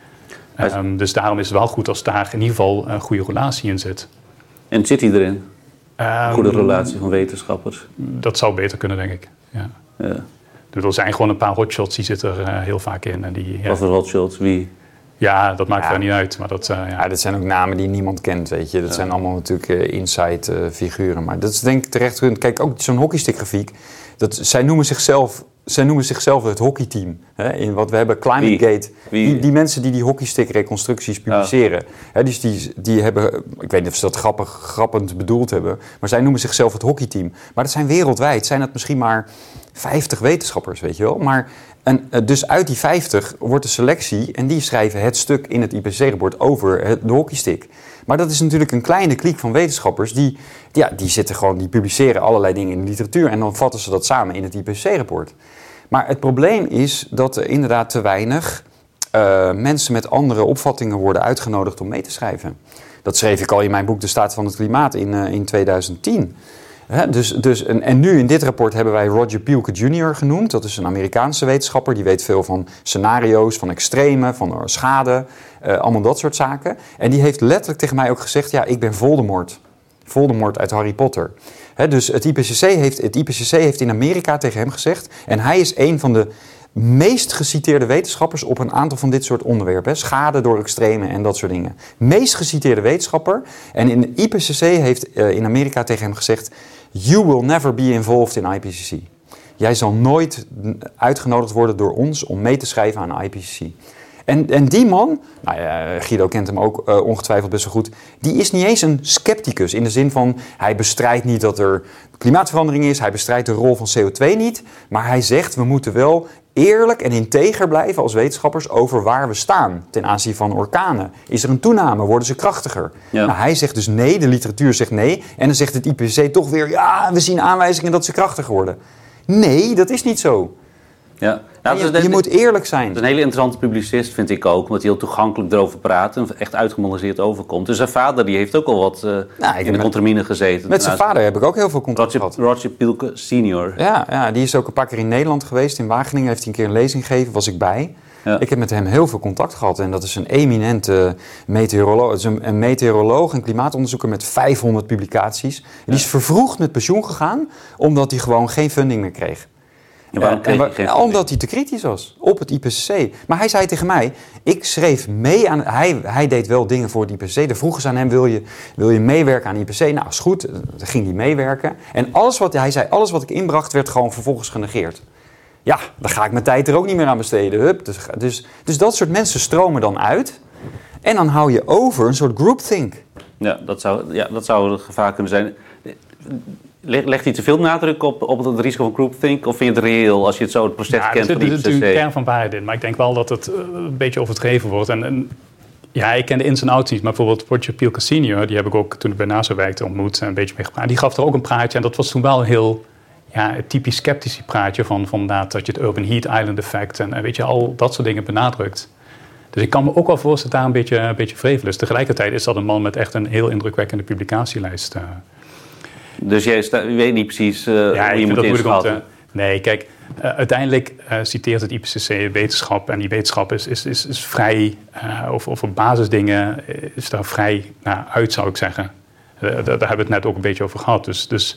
Dus daarom is het wel goed als daar in ieder geval een goede relatie in zit. En zit die erin? Een goede relatie van wetenschappers? Dat zou beter kunnen, denk ik. Ja. Dus er zijn gewoon een paar hotshots, die zitten er heel vaak in. En Wat voor hotshots? Wie? Ja, dat maakt er niet uit. Maar dat zijn ook namen die niemand kent, weet je. Dat zijn allemaal natuurlijk inside figuren. Maar dat is denk ik terecht. Kijk, ook zo'n hockeystickgrafiek. Zij noemen zichzelf het hockeyteam. In wat we hebben, ClimateGate. Die mensen die hockeystick-reconstructies publiceren. Dus die hebben, ik weet niet of ze dat grappend bedoeld hebben, maar zij noemen zichzelf het hockeyteam. Maar dat zijn wereldwijd, zijn het misschien maar 50 wetenschappers, weet je wel. Dus uit die 50 wordt de selectie en die schrijven het stuk in het IPCC-rapport over de hockeystick. Maar dat is natuurlijk een kleine kliek van wetenschappers die publiceren allerlei dingen in de literatuur en dan vatten ze dat samen in het IPCC-rapport. Maar het probleem is dat er inderdaad te weinig mensen met andere opvattingen worden uitgenodigd om mee te schrijven. Dat schreef ik al in mijn boek De Staat van het Klimaat in 2010. En nu in dit rapport hebben wij Roger Pielke Jr. genoemd. Dat is een Amerikaanse wetenschapper. Die weet veel van scenario's, van extremen, van schade. Allemaal dat soort zaken. En die heeft letterlijk tegen mij ook gezegd, ik ben Voldemort. Voldemort uit Harry Potter. Dus het IPCC heeft in Amerika tegen hem gezegd... en hij is een van de meest geciteerde wetenschappers op een aantal van dit soort onderwerpen. Schade door extremen en dat soort dingen. Meest geciteerde wetenschapper. En in de IPCC heeft in Amerika tegen hem gezegd... You will never be involved in IPCC. Jij zal nooit uitgenodigd worden door ons om mee te schrijven aan IPCC. En die man, Guido kent hem ook ongetwijfeld best wel goed... die is niet eens een scepticus in de zin van... hij bestrijdt niet dat er klimaatverandering is... hij bestrijdt de rol van CO2 niet... maar hij zegt we moeten wel eerlijk en integer blijven als wetenschappers... over waar we staan ten aanzien van orkanen. Is er een toename? Worden ze krachtiger? Ja. Nou, hij zegt dus nee, de literatuur zegt nee... en dan zegt het IPCC toch weer... ja, we zien aanwijzingen dat ze krachtiger worden. Nee, dat is niet zo. Ja. Nou, je moet eerlijk zijn. Het is een hele interessante publicist, vind ik ook. Omdat hij heel toegankelijk erover praat en echt uitgemoraliseerd overkomt. Dus zijn vader die heeft ook al wat in de contramine gezeten. Met zijn vader heb ik ook heel veel contact gehad. Roger Pielke senior. Ja, die is ook een paar keer in Nederland geweest. In Wageningen heeft hij een keer een lezing gegeven, was ik bij. Ja. Ik heb met hem heel veel contact gehad. En dat is een eminente meteoroloog. Het is een meteoroloog en klimaatonderzoeker met 500 publicaties. En die is vervroegd met pensioen gegaan, omdat hij gewoon geen funding meer kreeg. Omdat hij te kritisch was op het IPCC. Maar hij zei tegen mij, ik schreef mee aan... Hij deed wel dingen voor het IPCC. Dan vroegen ze aan hem, wil je meewerken aan het IPCC? Nou, is goed. Dan ging hij meewerken. En hij zei, alles wat ik inbracht werd gewoon vervolgens genegeerd. Ja, dan ga ik mijn tijd er ook niet meer aan besteden. Hup. Dus dat soort mensen stromen dan uit. En dan hou je over een soort groupthink. Ja, dat zou het gevaar kunnen zijn. Legt hij te veel nadruk op het risico van groupthink? Of vind je het reëel als je het zo het proces kent van de IPCC? Er is natuurlijk een kern van waarheid in. Maar ik denk wel dat het een beetje overdreven wordt. En ik ken de ins en outs niet. Maar bijvoorbeeld Roger Pielke senior, die heb ik ook toen ik bij NASA werkte ontmoet. Een beetje mee gepraat. Die gaf er ook een praatje. En dat was toen wel een heel typisch sceptisch praatje. Van dat je het Urban Heat Island effect en weet je, al dat soort dingen benadrukt. Dus ik kan me ook wel voorstellen dat daar een beetje vrevel is. Tegelijkertijd is dat een man met echt een heel indrukwekkende publicatielijst. Dus jij weet niet precies hoe je moet inschatten? Nee, kijk, uiteindelijk citeert het IPCC wetenschap. En die wetenschap is vrij, over basisdingen is daar vrij uit, zou ik zeggen. Daar hebben we het net ook een beetje over gehad. Dus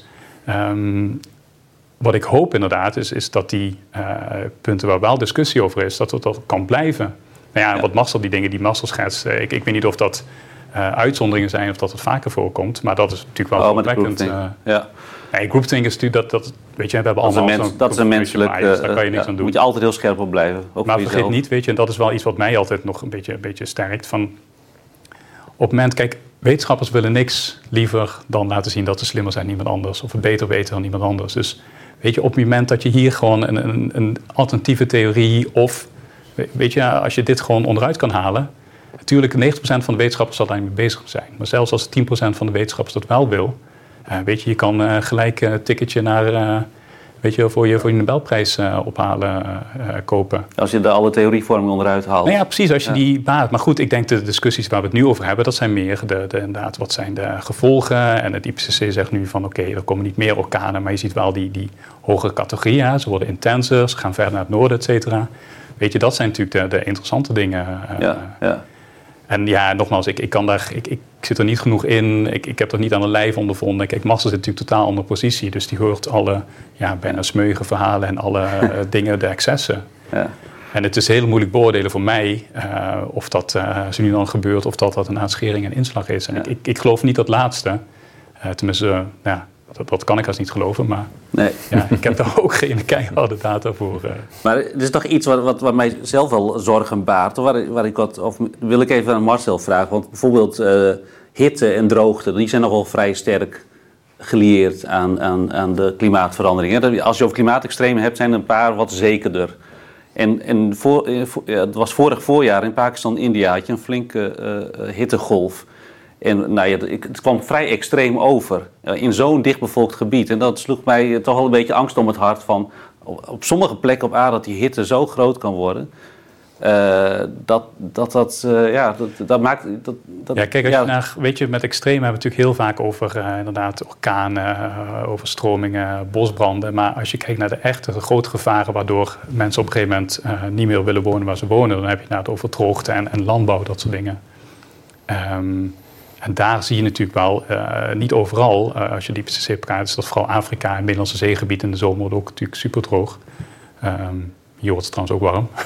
wat ik hoop inderdaad is dat die punten waar wel discussie over is, dat dat kan blijven. Wat Marcel, die dingen die Marcel schetst, ik weet niet of dat uitzonderingen zijn of dat het vaker voorkomt, maar dat is natuurlijk wel opwekkend. Groupthink is natuurlijk dat weet je, we hebben allemaal dat is een menselijk, daar kan je niks aan doen. Moet je altijd heel scherp op blijven. Ook maar vergeet niet, weet je, en dat is wel iets wat mij altijd nog een beetje sterkt, van op het moment, kijk, wetenschappers willen niks liever dan laten zien dat ze slimmer zijn dan iemand anders of het beter weten dan iemand anders. Dus weet je, op het moment dat je hier gewoon een alternatieve theorie of weet je, als je dit gewoon onderuit kan halen. Natuurlijk, 90% van de wetenschappers zal daar niet mee bezig zijn. Maar zelfs als 10% van de wetenschappers dat wel wil. Weet je kan gelijk een ticketje naar, voor je Nobelprijs ophalen, kopen. Als je alle theorievorming onderuit haalt. Nou ja, precies. Als je die baat. Maar goed, ik denk de discussies waar we het nu over hebben, dat zijn meer inderdaad, wat zijn de gevolgen? En het IPCC zegt nu van oké, er komen niet meer orkanen, maar je ziet wel die hogere categorieën. Ze worden intenser, ze gaan verder naar het noorden, et cetera. Weet je, dat zijn natuurlijk de interessante dingen. En nogmaals, ik zit er niet genoeg in. Ik heb er niet aan de lijf ondervonden. Kijk, Marcel zit natuurlijk totaal andere positie. Dus die hoort alle bijna smeuïge verhalen en alle dingen, de excessen. Ja. En het is heel moeilijk beoordelen voor mij of dat zo nu dan gebeurt of dat een aanschering en inslag is. En ik geloof niet dat laatste. Tenminste, dat kan ik als niet geloven, maar nee. Ik heb daar ook geen keiharde data voor. Maar er is toch iets wat mij zelf wel zorgen baart, of wil ik even aan Marcel vragen, want bijvoorbeeld hitte en droogte, die zijn nogal vrij sterk gelieerd aan de klimaatverandering. Als je over klimaatextremen hebt, zijn er een paar wat zekerder. Het was vorig voorjaar in Pakistan en India had je een flinke hittegolf. En het kwam vrij extreem over in zo'n dichtbevolkt gebied. En dat sloeg mij toch wel een beetje angst om het hart van op sommige plekken op aarde dat die hitte zo groot kan worden. Dat maakt... weet je, met extreem hebben we natuurlijk heel vaak over inderdaad orkanen, overstromingen, bosbranden. Maar als je kijkt naar de grote gevaren waardoor mensen op een gegeven moment niet meer willen wonen waar ze wonen, dan heb je het over droogte en landbouw, dat soort dingen. En daar zie je natuurlijk wel, niet overal, als je de IPCC praat, is dat vooral Afrika en het Middellandse zeegebied in de zomer wordt ook natuurlijk super droog. Hier wordt het trouwens ook warm.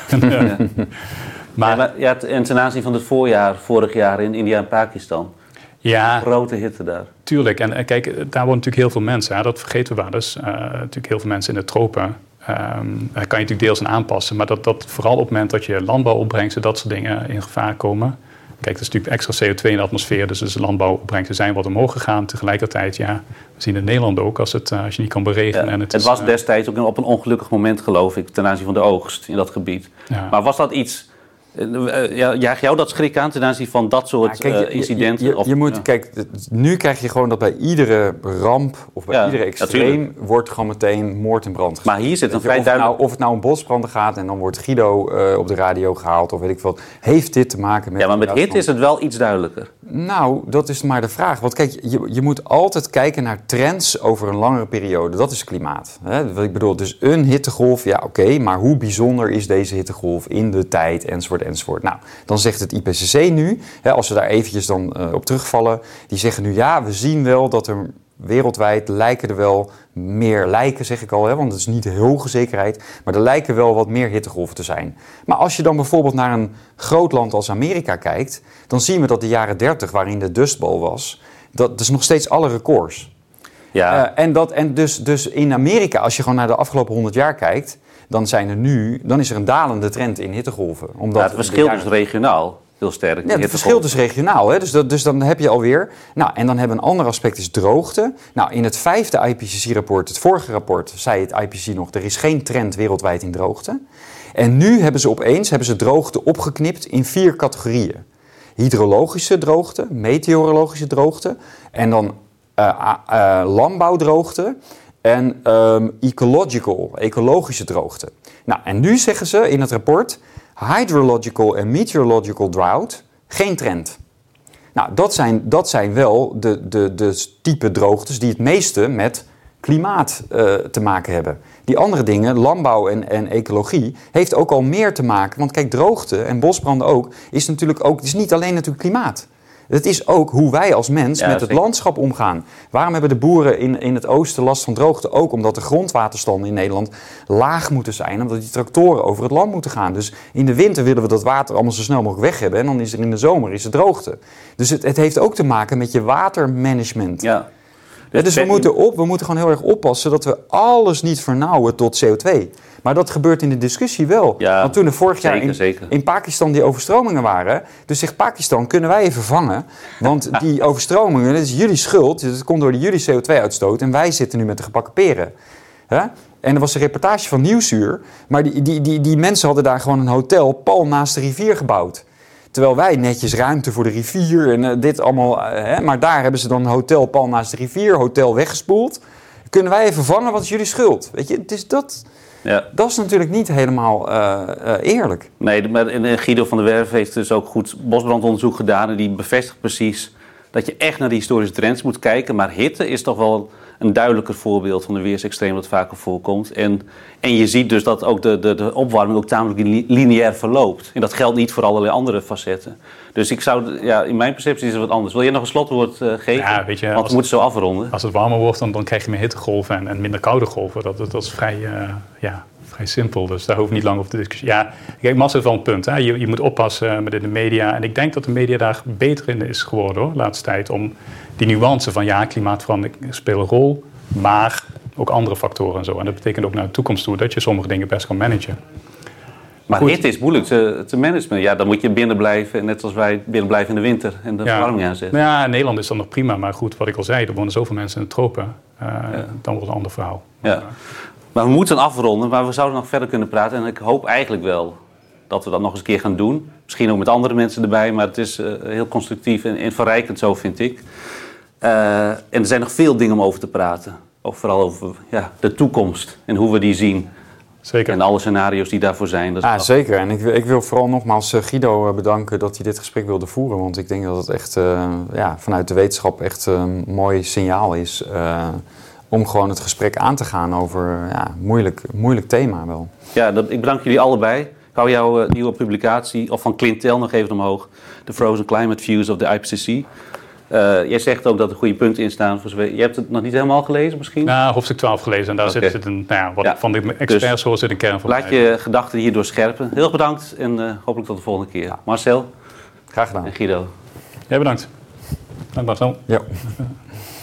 En ten aanzien van het vorig jaar in India en Pakistan. Ja, grote hitte daar. Tuurlijk. En kijk, daar wonen natuurlijk heel veel mensen. Hè? Dat vergeten we wel eens. Natuurlijk heel veel mensen in de tropen. Daar kan je natuurlijk deels aan aanpassen. Maar dat vooral op het moment dat je landbouwopbrengsten, dat soort dingen in gevaar komen. Kijk, er is natuurlijk extra CO2 in de atmosfeer. Dus de landbouwopbrengsten zijn wat omhoog gegaan. Tegelijkertijd, we zien in Nederland ook als je niet kan beregenen. Ja, en het was destijds ook op een ongelukkig moment, geloof ik, ten aanzien van de oogst in dat gebied. Ja. Maar was dat iets... jaag jou dat schrik aan ten aanzien van dat soort incidenten? Kijk, nu krijg je gewoon dat bij iedere ramp of bij iedere extreem wordt gewoon meteen moord en brand gezet. Maar hier zit een vrij duidelijk... Of het nou om bosbranden gaat en dan wordt Guido op de radio gehaald of weet ik wat. Heeft dit te maken met... Ja, maar met hitte is het wel iets duidelijker. Nou, dat is maar de vraag. Want kijk, je moet altijd kijken naar trends over een langere periode. Dat is klimaat. Hè? Wat ik bedoel, dus een hittegolf, oké, maar hoe bijzonder is deze hittegolf in de tijd enzovoort. Nou, dan zegt het IPCC nu, als we daar eventjes dan op terugvallen, die zeggen nu we zien wel dat er wereldwijd lijken er wel meer lijken, zeg ik al, want het is niet de hoge zekerheid, maar er lijken wel wat meer hittegolven te zijn. Maar als je dan bijvoorbeeld naar een groot land als Amerika kijkt, dan zien we dat de jaren 30, waarin de Dust Bowl was, dat is nog steeds alle records. Ja. En dus in Amerika, als je gewoon naar de afgelopen 100 jaar kijkt, dan is er een dalende trend in hittegolven. Omdat het verschilt dus regionaal heel sterk. Ja, het verschilt dus regionaal. Hè? Dus dan heb je alweer... Nou, en dan hebben we een ander aspect, is droogte. Nou, in het 5e IPCC-rapport, het vorige rapport, zei het IPCC nog, er is geen trend wereldwijd in droogte. En nu hebben ze droogte opgeknipt in 4 categorieën. Hydrologische droogte, meteorologische droogte en dan landbouwdroogte en ecologische droogte. Nou, en nu zeggen ze in het rapport, hydrological en meteorological drought, geen trend. Nou, dat zijn wel de type droogtes die het meeste met klimaat te maken hebben. Die andere dingen, landbouw en ecologie, heeft ook al meer te maken. Want kijk, droogte en bosbranden ook, is natuurlijk ook, het is niet alleen natuurlijk klimaat. Het is ook hoe wij als mens met het landschap omgaan. Waarom hebben de boeren in het oosten last van droogte? Ook omdat de grondwaterstanden in Nederland laag moeten zijn. Omdat die tractoren over het land moeten gaan. Dus in de winter willen we dat water allemaal zo snel mogelijk weg hebben. En dan is er in de zomer droogte. Dus het heeft ook te maken met je watermanagement. Ja. Dus we moeten gewoon heel erg oppassen dat we alles niet vernauwen tot CO2. Maar dat gebeurt in de discussie wel. Ja, want toen er vorig jaar in Pakistan die overstromingen waren, dus zegt Pakistan, kunnen wij even vangen? Want die overstromingen, dat is jullie schuld. Dat komt door jullie CO2-uitstoot en wij zitten nu met de gebakken peren. Huh? En er was een reportage van Nieuwsuur, maar die mensen hadden daar gewoon een hotel pal naast de rivier gebouwd. Terwijl wij netjes ruimte voor de rivier en dit allemaal... maar daar hebben ze dan een hotel pal naast de rivier, hotel weggespoeld. Kunnen wij even vangen, wat is jullie schuld? Weet je, dus dat is natuurlijk niet helemaal eerlijk. Nee, maar Guido van der Werf heeft dus ook goed bosbrandonderzoek gedaan. En die bevestigt precies dat je echt naar die historische trends moet kijken. Maar hitte is toch wel een duidelijker voorbeeld van de weersextreem dat vaker voorkomt. En je ziet dus dat ook de opwarming ook tamelijk lineair verloopt. En dat geldt niet voor allerlei andere facetten. Dus ik zou, in mijn perceptie is het wat anders. Wil jij nog een slotwoord geven? Ja, weet je, want we moeten zo afronden. Als het warmer wordt, dan krijg je meer hittegolven en minder koude golven. Dat is vrij simpel, dus daar hoef ik niet lang over te discussiëren. Ja, kijk, Mats heeft wel een punt. Hè? Je moet oppassen met de media. En ik denk dat de media daar beter in is geworden, hoor, de laatste tijd. Om die nuance van, klimaatverandering speelt een rol, maar ook andere factoren en zo. En dat betekent ook naar de toekomst toe dat je sommige dingen best kan managen. Maar hitte is moeilijk te managen. Ja, dan moet je binnen blijven, net als wij binnen blijven in de winter en de verwarming aanzetten. Nou ja, in Nederland is dat nog prima. Maar goed, wat ik al zei, er wonen zoveel mensen in de tropen. Dan wordt het een ander verhaal. Ja. Maar we moeten afronden, maar we zouden nog verder kunnen praten. En ik hoop eigenlijk wel dat we dat nog eens een keer gaan doen. Misschien ook met andere mensen erbij, maar het is heel constructief en verrijkend zo, vind ik. En er zijn nog veel dingen om over te praten. Ook vooral over de toekomst en hoe we die zien. Zeker. En alle scenario's die daarvoor zijn. Dat zeker. En ik wil vooral nogmaals Guido bedanken dat hij dit gesprek wilde voeren. Want ik denk dat het echt vanuit de wetenschap echt een mooi signaal is om gewoon het gesprek aan te gaan over moeilijk thema wel. Ja, ik bedank jullie allebei. Ik hou jouw nieuwe publicatie, of van Clintel nog even omhoog. The Frozen Climate Views of the IPCC. Jij zegt ook dat er goede punten in staan. Je hebt het nog niet helemaal gelezen misschien? Nou, hoofdstuk 12 gelezen en daar zit een, wat van de experts hoor zit een kern van. Laat je gedachten hierdoor scherpen. Heel erg bedankt en hopelijk tot de volgende keer. Marcel. Graag gedaan. En Guido. Jij bedankt. Dank Marcel. Ja.